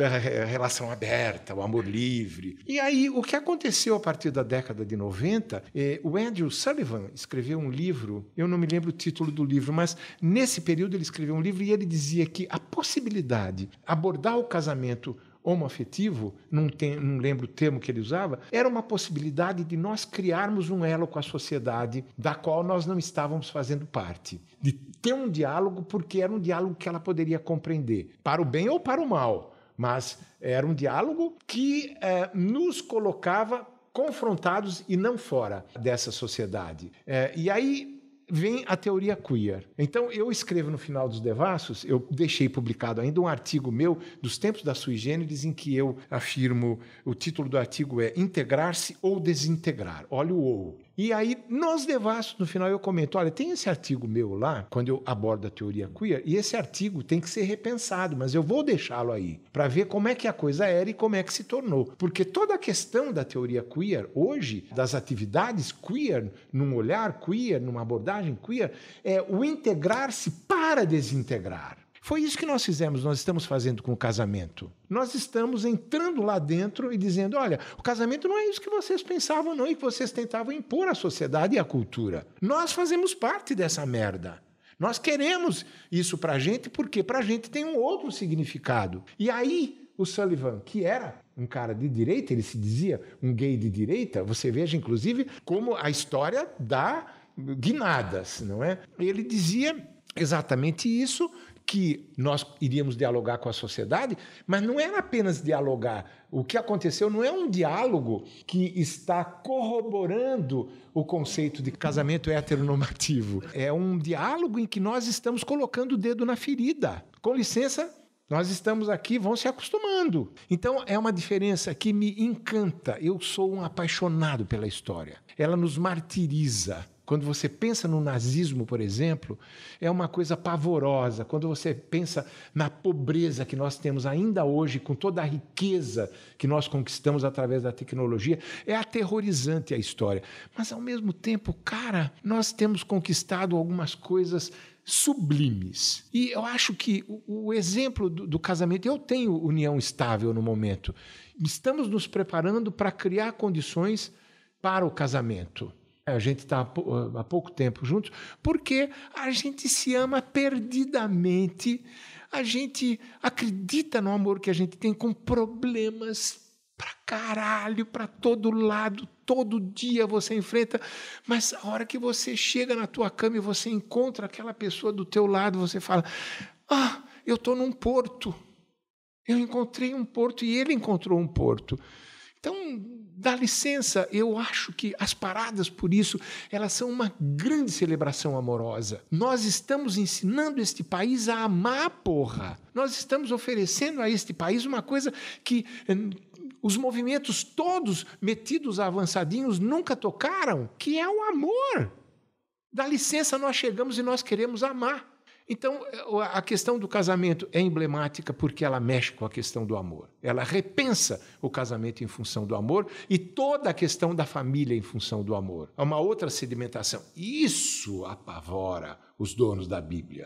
A relação aberta, o amor livre. E aí, o que aconteceu a partir da década de 90, o Andrew Sullivan escreveu um livro, eu não me lembro o título do livro, mas nesse período ele escreveu um livro e ele dizia que a possibilidade de abordar o casamento homoafetivo, não lembro o termo que ele usava, era uma possibilidade de nós criarmos um elo com a sociedade da qual nós não estávamos fazendo parte. De ter um diálogo, porque era um diálogo que ela poderia compreender, para o bem ou para o mal, mas era um diálogo que nos colocava confrontados e não fora dessa sociedade. E aí vem a teoria queer. Então, eu escrevo no final dos Devassos, eu deixei publicado ainda um artigo meu dos tempos da sui generis, em que eu afirmo, o título do artigo é Integrar-se ou Desintegrar. Olha o ou. E aí, nos Devassos, no final, eu comento, olha, tem esse artigo meu lá, quando eu abordo a teoria queer, e esse artigo tem que ser repensado, mas eu vou deixá-lo aí, para ver como é que a coisa era e como é que se tornou. Porque toda a questão da teoria queer, hoje, das atividades queer, num olhar queer, numa abordagem queer, é o integrar-se para desintegrar. Foi isso que nós fizemos, nós estamos fazendo com o casamento. Nós estamos entrando lá dentro e dizendo, olha, o casamento não é isso que vocês pensavam não e que vocês tentavam impor à sociedade e à cultura. Nós fazemos parte dessa merda. Nós queremos isso pra gente porque pra gente tem um outro significado. E aí, o Sullivan, que era um cara de direita, ele se dizia um gay de direita, você veja, inclusive, como a história dá guinadas, não é? Ele dizia exatamente isso, que nós iríamos dialogar com a sociedade, mas não era apenas dialogar. O que aconteceu não é um diálogo que está corroborando o conceito de casamento heteronormativo. É um diálogo em que nós estamos colocando o dedo na ferida. Com licença, nós estamos aqui, vão se acostumando. Então, é uma diferença que me encanta. Eu sou um apaixonado pela história. Ela nos martiriza. Quando você pensa no nazismo, por exemplo, é uma coisa pavorosa. Quando você pensa na pobreza que nós temos ainda hoje, com toda a riqueza que nós conquistamos através da tecnologia, é aterrorizante a história. Mas, ao mesmo tempo, cara, nós temos conquistado algumas coisas sublimes. E eu acho que o exemplo do casamento... Eu tenho união estável no momento. Estamos nos preparando para criar condições para o casamento. A gente está há pouco tempo juntos, porque a gente se ama perdidamente, a gente acredita no amor que a gente tem, com problemas pra caralho, pra todo lado, todo dia você enfrenta, mas a hora que você chega na tua cama e você encontra aquela pessoa do teu lado, você fala, eu estou num porto, eu encontrei um porto e ele encontrou um porto. Então, dá licença, eu acho que as paradas, por isso, elas são uma grande celebração amorosa. Nós estamos ensinando este país a amar, porra. Nós estamos oferecendo a este país uma coisa que os movimentos todos metidos avançadinhos nunca tocaram, que é o amor. Dá licença, nós chegamos e nós queremos amar. Então, a questão do casamento é emblemática porque ela mexe com a questão do amor. Ela repensa o casamento em função do amor e toda a questão da família em função do amor. É uma outra sedimentação. Isso apavora os donos da Bíblia.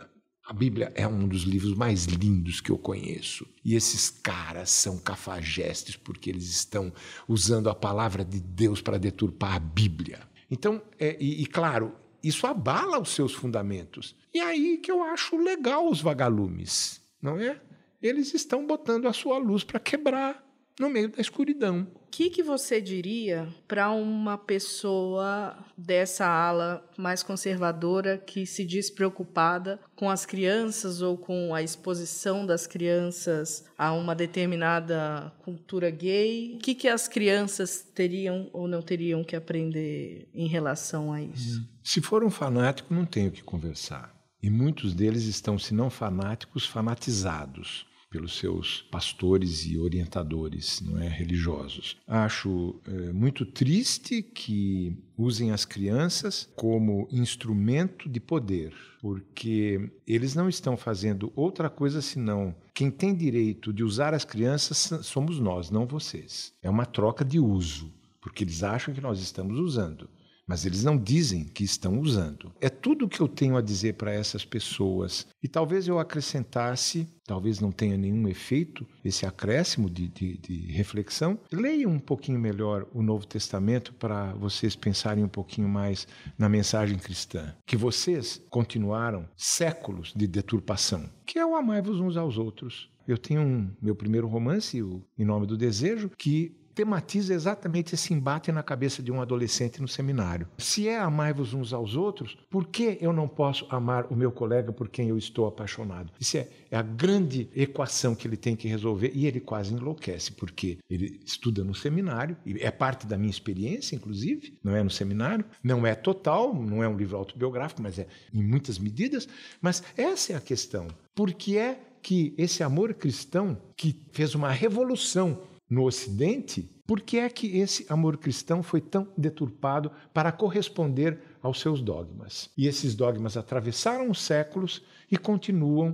A Bíblia é um dos livros mais lindos que eu conheço. E esses caras são cafajestes porque eles estão usando a palavra de Deus para deturpar a Bíblia. Então, claro, isso abala os seus fundamentos. E aí que eu acho legal os vagalumes, não é? Eles estão botando a sua luz para quebrar no meio da escuridão. O que você diria para uma pessoa dessa ala mais conservadora que se diz preocupada com as crianças ou com a exposição das crianças a uma determinada cultura gay? O que as crianças teriam ou não teriam que aprender em relação a isso? Se for um fanático, não tenho o que conversar. E muitos deles estão, se não fanáticos, fanatizados pelos seus pastores e orientadores, não é, religiosos. Acho muito triste que usem as crianças como instrumento de poder, porque eles não estão fazendo outra coisa senão quem tem direito de usar as crianças somos nós, não vocês. É uma troca de uso, porque eles acham que nós estamos usando. Mas eles não dizem que estão usando. É tudo o que eu tenho a dizer para essas pessoas. E talvez eu acrescentasse, talvez não tenha nenhum efeito, esse acréscimo de reflexão. Leiam um pouquinho melhor o Novo Testamento para vocês pensarem um pouquinho mais na mensagem cristã. Que vocês continuaram séculos de deturpação, que é o amai-vos uns aos outros. Eu tenho meu primeiro romance, o Em Nome do Desejo, que tematiza exatamente esse embate na cabeça de um adolescente no seminário. Se é amai-vos uns aos outros, por que eu não posso amar o meu colega por quem eu estou apaixonado? Isso é a grande equação que ele tem que resolver e ele quase enlouquece, porque ele estuda no seminário, e é parte da minha experiência, inclusive, não é no seminário, não é total, não é um livro autobiográfico, mas é em muitas medidas, mas essa é a questão. Por que é que esse amor cristão, que fez uma revolução no Ocidente, por que é que esse amor cristão foi tão deturpado para corresponder aos seus dogmas? E esses dogmas atravessaram os séculos e continuam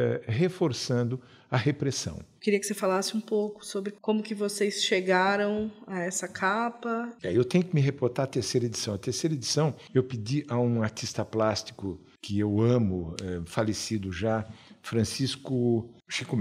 reforçando a repressão. Queria que você falasse um pouco sobre como que vocês chegaram a essa capa. Eu tenho que me reportar à terceira edição. A terceira edição eu pedi a um artista plástico que eu amo, falecido já, Francisco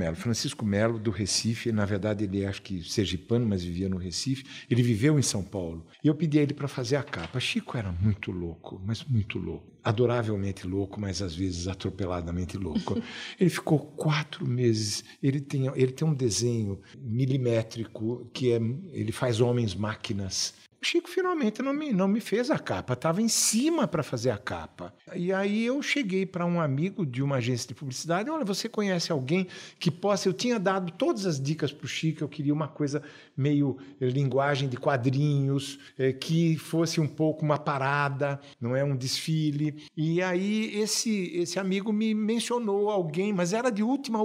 Melo, do Recife. Na verdade, ele é, acho que, sergipano, mas vivia no Recife. Ele viveu em São Paulo. E eu pedi a ele para fazer a capa. Chico era muito louco, mas muito louco. Adoravelmente louco, mas às vezes atropeladamente louco. Ele ficou 4 meses. Ele tem um desenho milimétrico, ele faz homens-máquinas. O Chico finalmente não me fez a capa, estava em cima para fazer a capa. E aí eu cheguei para um amigo de uma agência de publicidade, olha, você conhece alguém que possa... Eu tinha dado todas as dicas para o Chico, eu queria uma coisa meio linguagem de quadrinhos, que fosse um pouco uma parada, não é um desfile. E aí esse amigo me mencionou alguém, mas era de última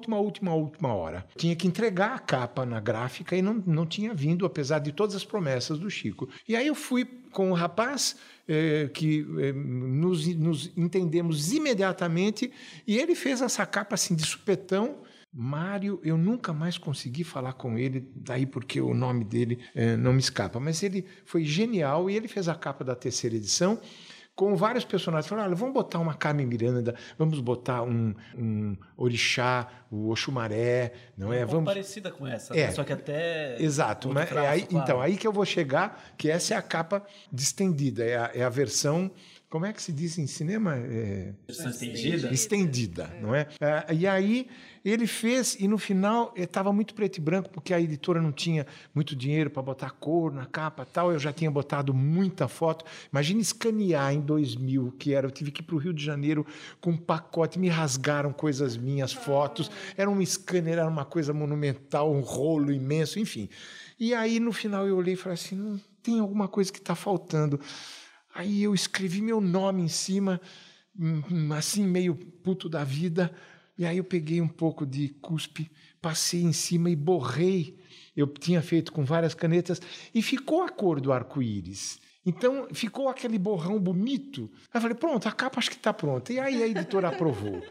hora. Tinha que entregar a capa na gráfica e não tinha vindo, apesar de todas as promessas do Chico. E aí eu fui com o rapaz, que nos entendemos imediatamente, e ele fez essa capa assim de supetão. Mário, eu nunca mais consegui falar com ele, daí porque o nome dele não me escapa, mas ele foi genial e ele fez a capa da terceira edição com vários personagens. Falaram, olha, vamos botar uma Carmen Miranda, vamos botar um orixá, o Oxumaré, não é? Parecida com essa, né? Só que até... Exato, mas então, aí que eu vou chegar, que essa é a capa distendida, é a versão... Como é que se diz em cinema? Estendida? Estendida, não é? E aí ele fez, e no final estava muito preto e branco, porque a editora não tinha muito dinheiro para botar cor na capa e tal, eu já tinha botado muita foto. Imagina escanear em 2000, eu tive que ir para o Rio de Janeiro com um pacote, me rasgaram coisas minhas, fotos, era um scanner, era uma coisa monumental, um rolo imenso, enfim. E aí no final eu olhei e falei assim, não tem alguma coisa que está faltando. Aí eu escrevi meu nome em cima, assim, meio puto da vida. E aí eu peguei um pouco de cuspe, passei em cima e borrei. Eu tinha feito com várias canetas e ficou a cor do arco-íris. Então, ficou aquele borrão bonito. Aí eu falei, pronto, a capa acho que está pronta. E aí a editora aprovou.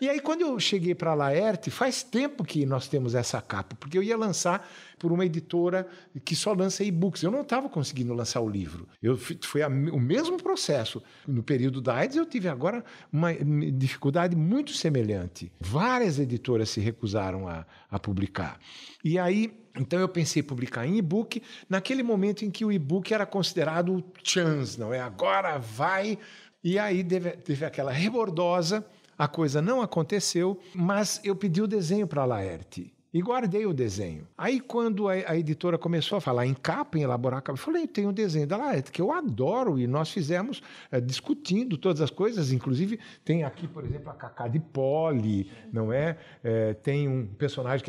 E aí, quando eu cheguei para a Laerte, faz tempo que nós temos essa capa, porque eu ia lançar por uma editora que só lança e-books. Eu não estava conseguindo lançar o livro. Foi o mesmo processo. No período da AIDS, eu tive agora uma dificuldade muito semelhante. Várias editoras se recusaram a publicar. E aí, então eu pensei em publicar em e-book, naquele momento em que o e-book era considerado o chance, não é? Agora vai... E aí teve aquela rebordosa, a coisa não aconteceu, mas eu pedi o desenho para a Laerte e guardei o desenho. Aí quando a editora começou a falar em capa, em elaborar a capa, eu falei, tem um desenho da Laerte que eu adoro e nós fizemos discutindo todas as coisas, inclusive tem aqui, por exemplo, a Cacá de Poli, não é? Tem um personagem que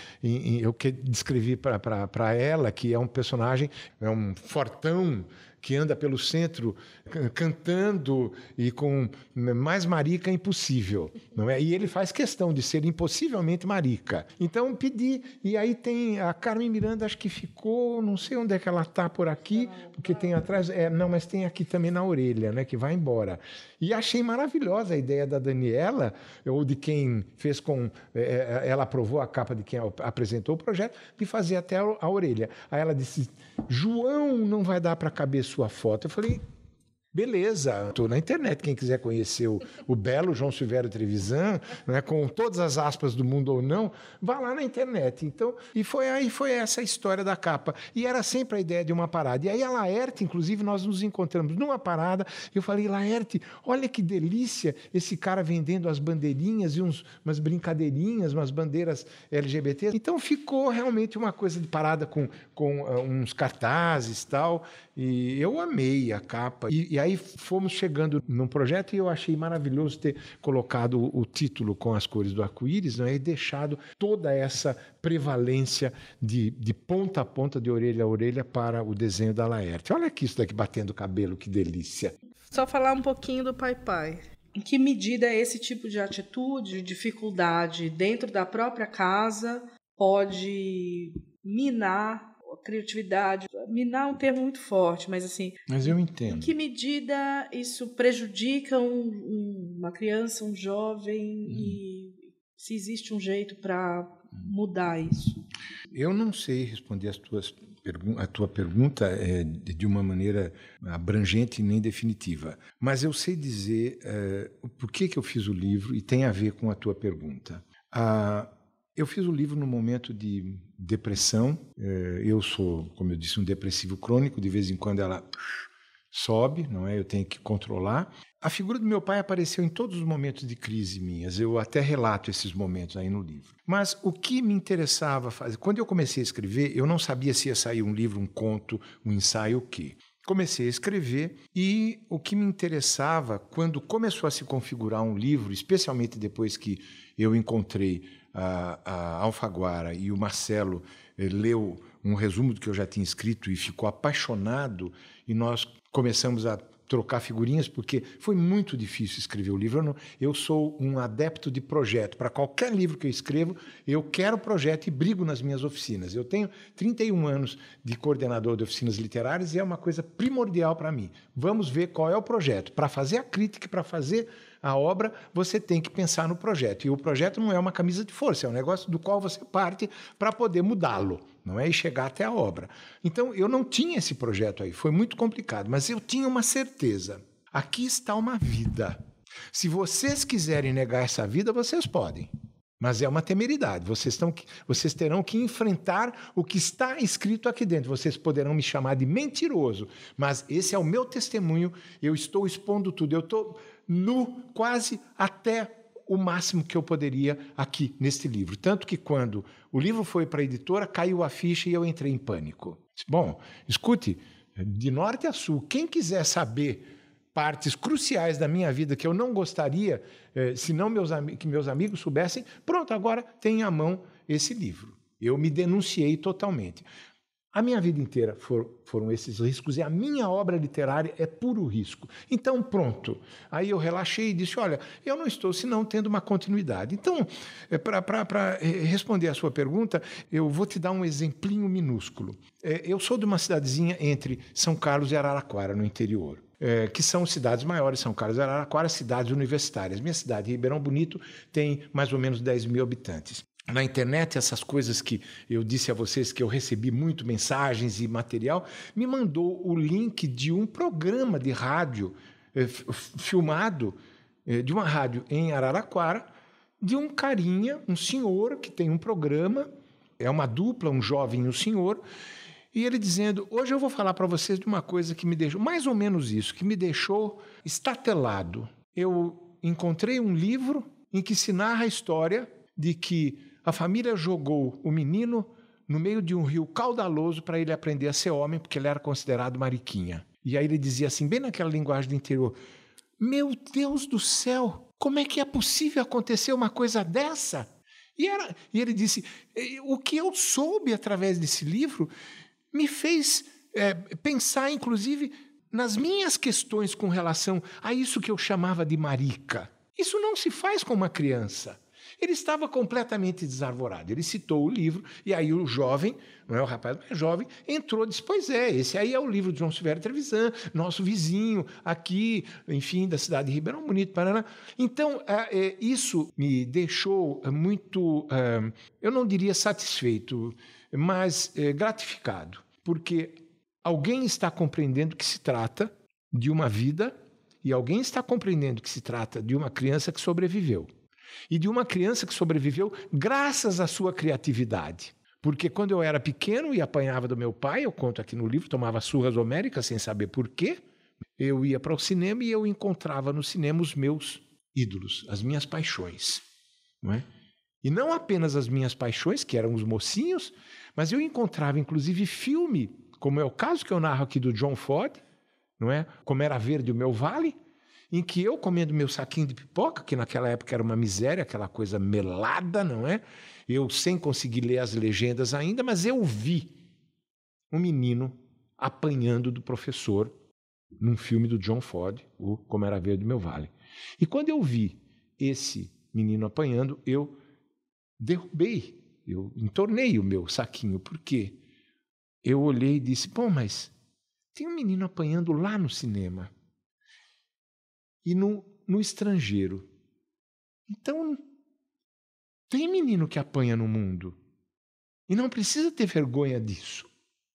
eu que descrevi para ela, que é um personagem, é um fortão, que anda pelo centro cantando e com mais marica impossível, não é? E ele faz questão de ser impossivelmente marica. Então pedi, e aí tem a Carmen Miranda, acho que ficou, não sei onde é que ela está por aqui, porque tem atrás, não, mas tem aqui também na orelha, né, que vai embora. E achei maravilhosa a ideia da Daniela, ou de quem fez ela aprovou a capa de quem apresentou o projeto, de fazer até a orelha. Aí ela disse, João, não vai dar para caber sua foto. Eu falei, beleza, estou na internet, quem quiser conhecer o belo João Silvério Trevisan, né, com todas as aspas do mundo ou não, vá lá na internet. Então, foi essa a história da capa. E era sempre a ideia de uma parada. E aí a Laerte, inclusive, nós nos encontramos numa parada, eu falei, Laerte, olha que delícia esse cara vendendo as bandeirinhas e umas brincadeirinhas, umas bandeiras LGBT. Então ficou realmente uma coisa de parada com uns cartazes e tal, e eu amei a capa. E aí fomos chegando num projeto e eu achei maravilhoso ter colocado o título com as cores do arco-íris, né, e deixado toda essa prevalência de ponta a ponta, de orelha a orelha, para o desenho da Laerte. Olha aqui isso daqui batendo o cabelo, que delícia. Só falar um pouquinho do Pai Pai. Em que medida esse tipo de atitude, dificuldade dentro da própria casa pode minar a criatividade? Minar é um termo muito forte, mas assim... Mas eu entendo. Em que medida isso prejudica uma criança, um jovem, e se existe um jeito para mudar isso? Eu não sei responder a tua pergunta de uma maneira abrangente nem definitiva, mas eu sei dizer por que eu fiz o livro e tem a ver com a tua pergunta. Eu fiz o livro num momento de depressão. Eu sou, como eu disse, um depressivo crônico. De vez em quando ela sobe, não é? Eu tenho que controlar. A figura do meu pai apareceu em todos os momentos de crise minhas. Eu até relato esses momentos aí no livro. Mas o que me interessava fazer... Quando eu comecei a escrever, eu não sabia se ia sair um livro, um conto, um ensaio, o quê. Comecei a escrever e o que me interessava, quando começou a se configurar um livro, especialmente depois que eu encontrei a Alfaguara e o Marcelo leu um resumo do que eu já tinha escrito e ficou apaixonado, e nós começamos a trocar figurinhas, porque foi muito difícil escrever o livro. Eu sou um adepto de projeto. Para qualquer livro que eu escrevo, eu quero projeto e brigo nas minhas oficinas. Eu tenho 31 anos de coordenador de oficinas literárias e é uma coisa primordial para mim. Vamos ver qual é o projeto. Para fazer a crítica, para fazer a obra, você tem que pensar no projeto. E o projeto não é uma camisa de força, é um negócio do qual você parte para poder mudá-lo, não é? E chegar até a obra. Então, eu não tinha esse projeto aí, foi muito complicado, mas eu tinha uma certeza. Aqui está uma vida. Se vocês quiserem negar essa vida, vocês podem. Mas é uma temeridade. Vocês terão que enfrentar o que está escrito aqui dentro. Vocês poderão me chamar de mentiroso, mas esse é o meu testemunho. Eu estou expondo tudo. Eu estou nu quase até o máximo que eu poderia aqui neste livro. Tanto que quando o livro foi para a editora, caiu a ficha e eu entrei em pânico. Bom, escute, de norte a sul, quem quiser saber partes cruciais da minha vida que eu não gostaria, se não que meus amigos soubessem, pronto, agora tem à mão esse livro. Eu me denunciei totalmente. A minha vida inteira foram esses riscos e a minha obra literária é puro risco. Então, pronto. Aí eu relaxei e disse, olha, eu não estou senão tendo uma continuidade. Então, para responder a sua pergunta, eu vou te dar um exemplinho minúsculo. Eu sou de uma cidadezinha entre São Carlos e Araraquara, no interior. que são cidades maiores, São Carlos e Araraquara, cidades universitárias. Minha cidade, Ribeirão Bonito, tem mais ou menos 10 mil habitantes. Na internet, essas coisas que eu disse a vocês que eu recebi muito mensagens e material, me mandou o link de um programa de rádio filmado, de uma rádio em Araraquara, de um carinha, um senhor que tem um programa, é uma dupla, um jovem e um senhor, e ele dizendo, hoje eu vou falar para vocês de uma coisa que me deixou, mais ou menos isso, que me deixou estatelado. Eu encontrei um livro em que se narra a história de que a família jogou o menino no meio de um rio caudaloso para ele aprender a ser homem, porque ele era considerado mariquinha. E aí ele dizia assim, bem naquela linguagem do interior, meu Deus do céu, como é que é possível acontecer uma coisa dessa? E ele disse, o que eu soube através desse livro me fez pensar, inclusive, nas minhas questões com relação a isso que eu chamava de marica. Isso não se faz com uma criança. Ele estava completamente desarvorado. Ele citou o livro, e aí o jovem, não é o rapaz, mas jovem, entrou e disse, pois é, esse aí é o livro de João Silvério Trevisan, nosso vizinho aqui, enfim, da cidade de Ribeirão Bonito, Paraná. Então, isso me deixou muito, eu não diria satisfeito, mas gratificado, porque alguém está compreendendo que se trata de uma vida e alguém está compreendendo que se trata de uma criança que sobreviveu. E de uma criança que sobreviveu graças à sua criatividade. Porque quando eu era pequeno e apanhava do meu pai, eu conto aqui no livro, tomava surras homéricas sem saber por quê, eu ia para o cinema e eu encontrava no cinema os meus ídolos, as minhas paixões. Não é? E não apenas as minhas paixões, que eram os mocinhos, mas eu encontrava inclusive filme, como é o caso que eu narro aqui do John Ford, não é? Como Era Verde o Meu Vale, em que eu, comendo meu saquinho de pipoca, que naquela época era uma miséria, aquela coisa melada, não é? Eu sem conseguir ler as legendas ainda, mas eu vi um menino apanhando do professor num filme do John Ford, o Como Era Verde o Meu Vale. E quando eu vi esse menino apanhando, eu derrubei, eu entornei o meu saquinho, porque eu olhei e disse, bom, mas tem um menino apanhando lá no cinema. E no estrangeiro. Então, tem menino que apanha no mundo. E não precisa ter vergonha disso.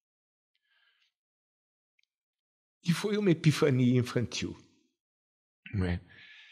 E foi uma epifania infantil. Não é?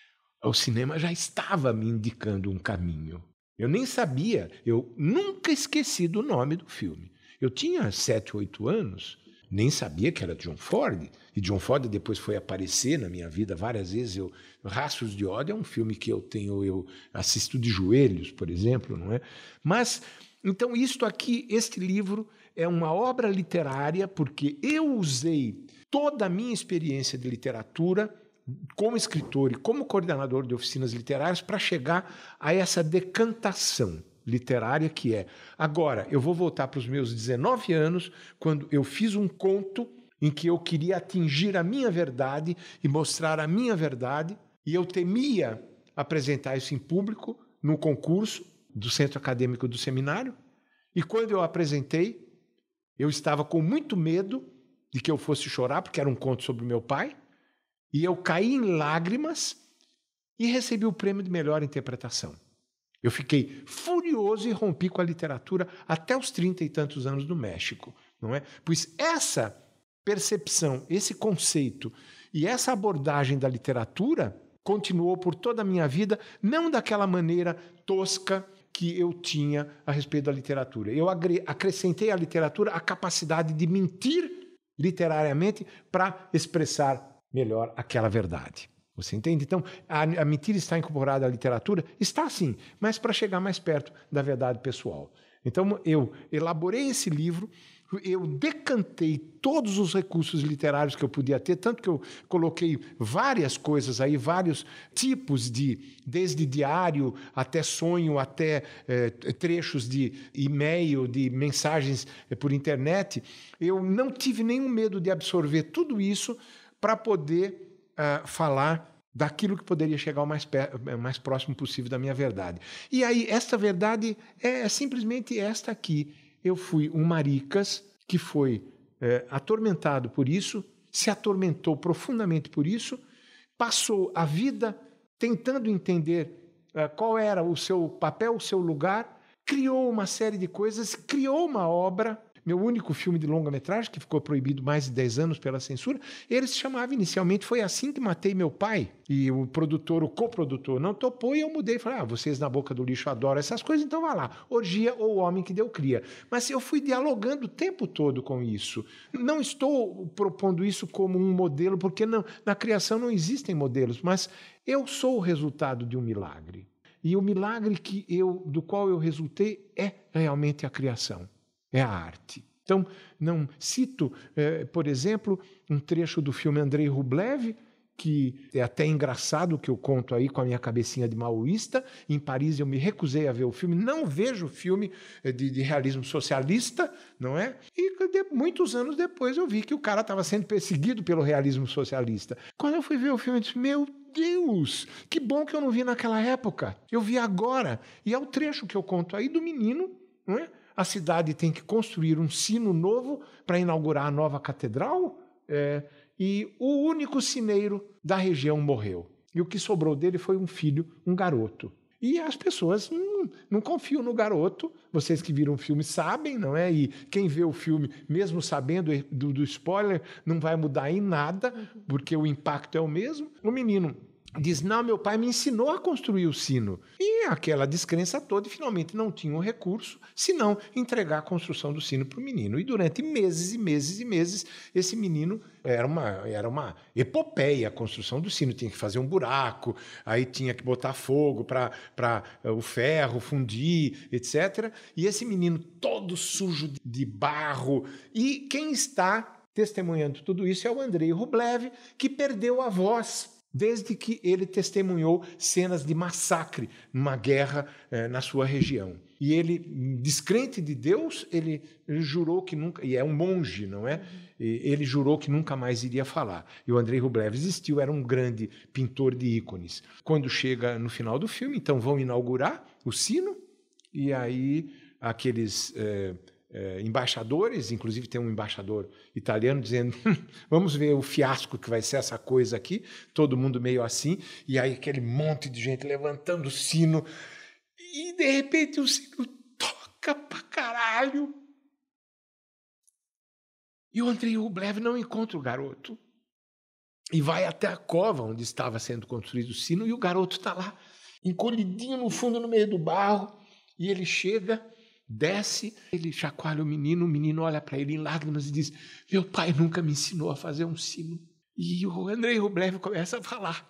O cinema já estava me indicando um caminho. Eu nem sabia, eu nunca esqueci do nome do filme. Eu tinha 7, 8 anos, nem sabia que era John Ford. E John Ford depois foi aparecer na minha vida várias vezes. Rastros de Ódio é um filme que eu assisto de joelhos, por exemplo, não é? Mas, então, este livro é uma obra literária porque eu usei toda a minha experiência de literatura como escritor e como coordenador de oficinas literárias para chegar a essa decantação literária que é. Agora, eu vou voltar para os meus 19 anos, quando eu fiz um conto em que eu queria atingir a minha verdade e mostrar a minha verdade, e eu temia apresentar isso em público no concurso do Centro Acadêmico do Seminário, e quando eu apresentei, eu estava com muito medo de que eu fosse chorar, porque era um conto sobre o meu pai, e eu caí em lágrimas e recebi o prêmio de melhor interpretação. Eu fiquei furioso e rompi com a literatura até os 30 e tantos anos no México, não é? Pois essa percepção, esse conceito e essa abordagem da literatura continuou por toda a minha vida, não daquela maneira tosca que eu tinha a respeito da literatura. Eu acrescentei à literatura a capacidade de mentir literariamente para expressar melhor aquela verdade. Você entende? Então, a mentira está incorporada à literatura? Está sim, mas para chegar mais perto da verdade pessoal. Então, eu elaborei esse livro, eu decantei todos os recursos literários que eu podia ter, tanto que eu coloquei várias coisas aí, vários tipos desde diário até sonho, até trechos de e-mail, de mensagens por internet. Eu não tive nenhum medo de absorver tudo isso para poder falar daquilo que poderia chegar o mais próximo possível da minha verdade. E aí, esta verdade é simplesmente esta aqui. Eu fui um maricas que foi atormentado por isso se atormentou profundamente por isso, passou a vida tentando entender qual era o seu papel, o seu lugar, criou uma série de coisas, criou uma obra. Meu único filme de longa-metragem, que ficou proibido mais de 10 anos pela censura, ele se chamava inicialmente Foi Assim que Matei Meu Pai. E o produtor, o coprodutor, não topou e eu mudei. Falei, vocês na boca do lixo adoram essas coisas, então vai lá. Orgia ou O Homem que Deu Cria. Mas eu fui dialogando o tempo todo com isso. Não estou propondo isso como um modelo, porque na criação não existem modelos, mas eu sou o resultado de um milagre. E o milagre do qual eu resultei é realmente a criação. É a arte. Então, não cito, por exemplo, um trecho do filme Andrei Rublev, que é até engraçado que eu conto aí com a minha cabecinha de maoísta. Em Paris eu me recusei a ver o filme, não vejo filme de realismo socialista, não é? E muitos anos depois eu vi que o cara estava sendo perseguido pelo realismo socialista. Quando eu fui ver o filme, eu disse, meu Deus, que bom que eu não vi naquela época. Eu vi agora. E é o trecho que eu conto aí do menino, não é? A cidade tem que construir um sino novo para inaugurar a nova catedral, e o único sineiro da região morreu. E o que sobrou dele foi um filho, um garoto. E as pessoas não confiam no garoto. Vocês que viram o filme sabem, não é? E quem vê o filme, mesmo sabendo do spoiler, não vai mudar em nada, porque o impacto é o mesmo. O menino diz, não, meu pai me ensinou a construir o sino. E aquela descrença toda, e finalmente não tinha um recurso, senão entregar a construção do sino para o menino. E durante meses e meses e meses, esse menino era uma epopeia a construção do sino. Tinha que fazer um buraco, aí tinha que botar fogo para o ferro fundir, etc. E esse menino todo sujo de barro. E quem está testemunhando tudo isso é o Andrei Rublev, que perdeu a voz desde que ele testemunhou cenas de massacre numa guerra na sua região. E ele, descrente de Deus, ele jurou que nunca... E é um monge, não é? Ele jurou que nunca mais iria falar. E o Andrei Rublev existiu, era um grande pintor de ícones. Quando chega no final do filme, então vão inaugurar o sino, e aí aqueles... embaixadores, inclusive tem um embaixador italiano dizendo, vamos ver o fiasco que vai ser essa coisa aqui, todo mundo meio assim, e aí aquele monte de gente levantando o sino, e de repente o sino toca pra caralho, e o Andrei Rublev não encontra o garoto, e vai até a cova onde estava sendo construído o sino, e o garoto está lá, encolhidinho no fundo, no meio do barro, e ele chega... Desce, ele chacoalha o menino olha para ele em lágrimas e diz, meu pai nunca me ensinou a fazer um sino. E o Andrei Rublev começa a falar.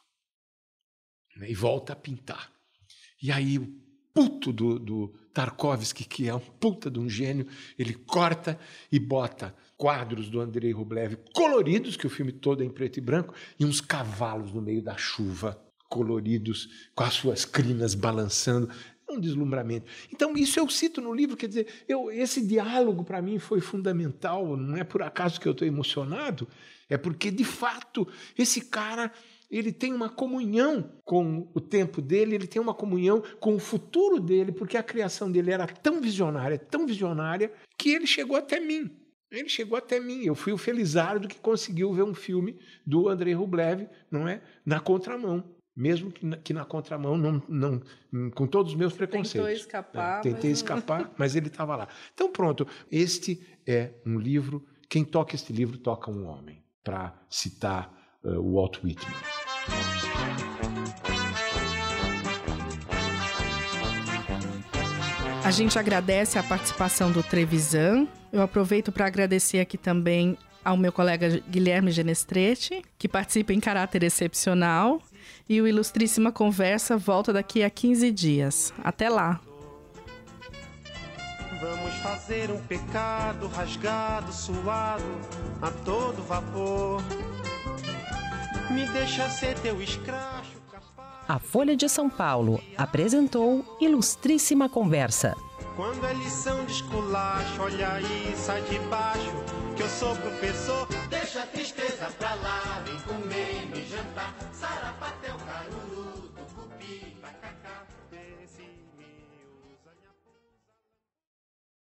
E volta a pintar. E aí o puto do Tarkovsky, que é um puta de um gênio, ele corta e bota quadros do Andrei Rublev coloridos, que o filme todo é em preto e branco, e uns cavalos no meio da chuva, coloridos, com as suas crinas balançando. Um deslumbramento. Então, isso eu cito no livro, quer dizer, esse diálogo para mim foi fundamental, não é por acaso que eu estou emocionado, é porque, de fato, esse cara, ele tem uma comunhão com o tempo dele, ele tem uma comunhão com o futuro dele, porque a criação dele era tão visionária, que ele chegou até mim. Eu fui o felizardo que conseguiu ver um filme do Andrei Rublev, não é? Na contramão. Mesmo que na contramão, não, com todos os meus preconceitos. Tentei escapar, mas ele estava lá. Então, pronto. Este é um livro... Quem toca este livro, toca um homem. Para citar o Walt Whitman. A gente agradece a participação do Trevisan. Eu aproveito para agradecer aqui também ao meu colega Guilherme Genestretti, que participa em caráter excepcional. E o Ilustríssima Conversa volta daqui a 15 dias. Até lá! Vamos fazer um pecado rasgado, suado, a todo vapor. Me deixa ser teu escracho, capaz. A Folha de São Paulo apresentou Ilustríssima Conversa. Quando é lição de esculacho, olha aí, sai de baixo, que eu sou professor. Deixa a tristeza pra lá.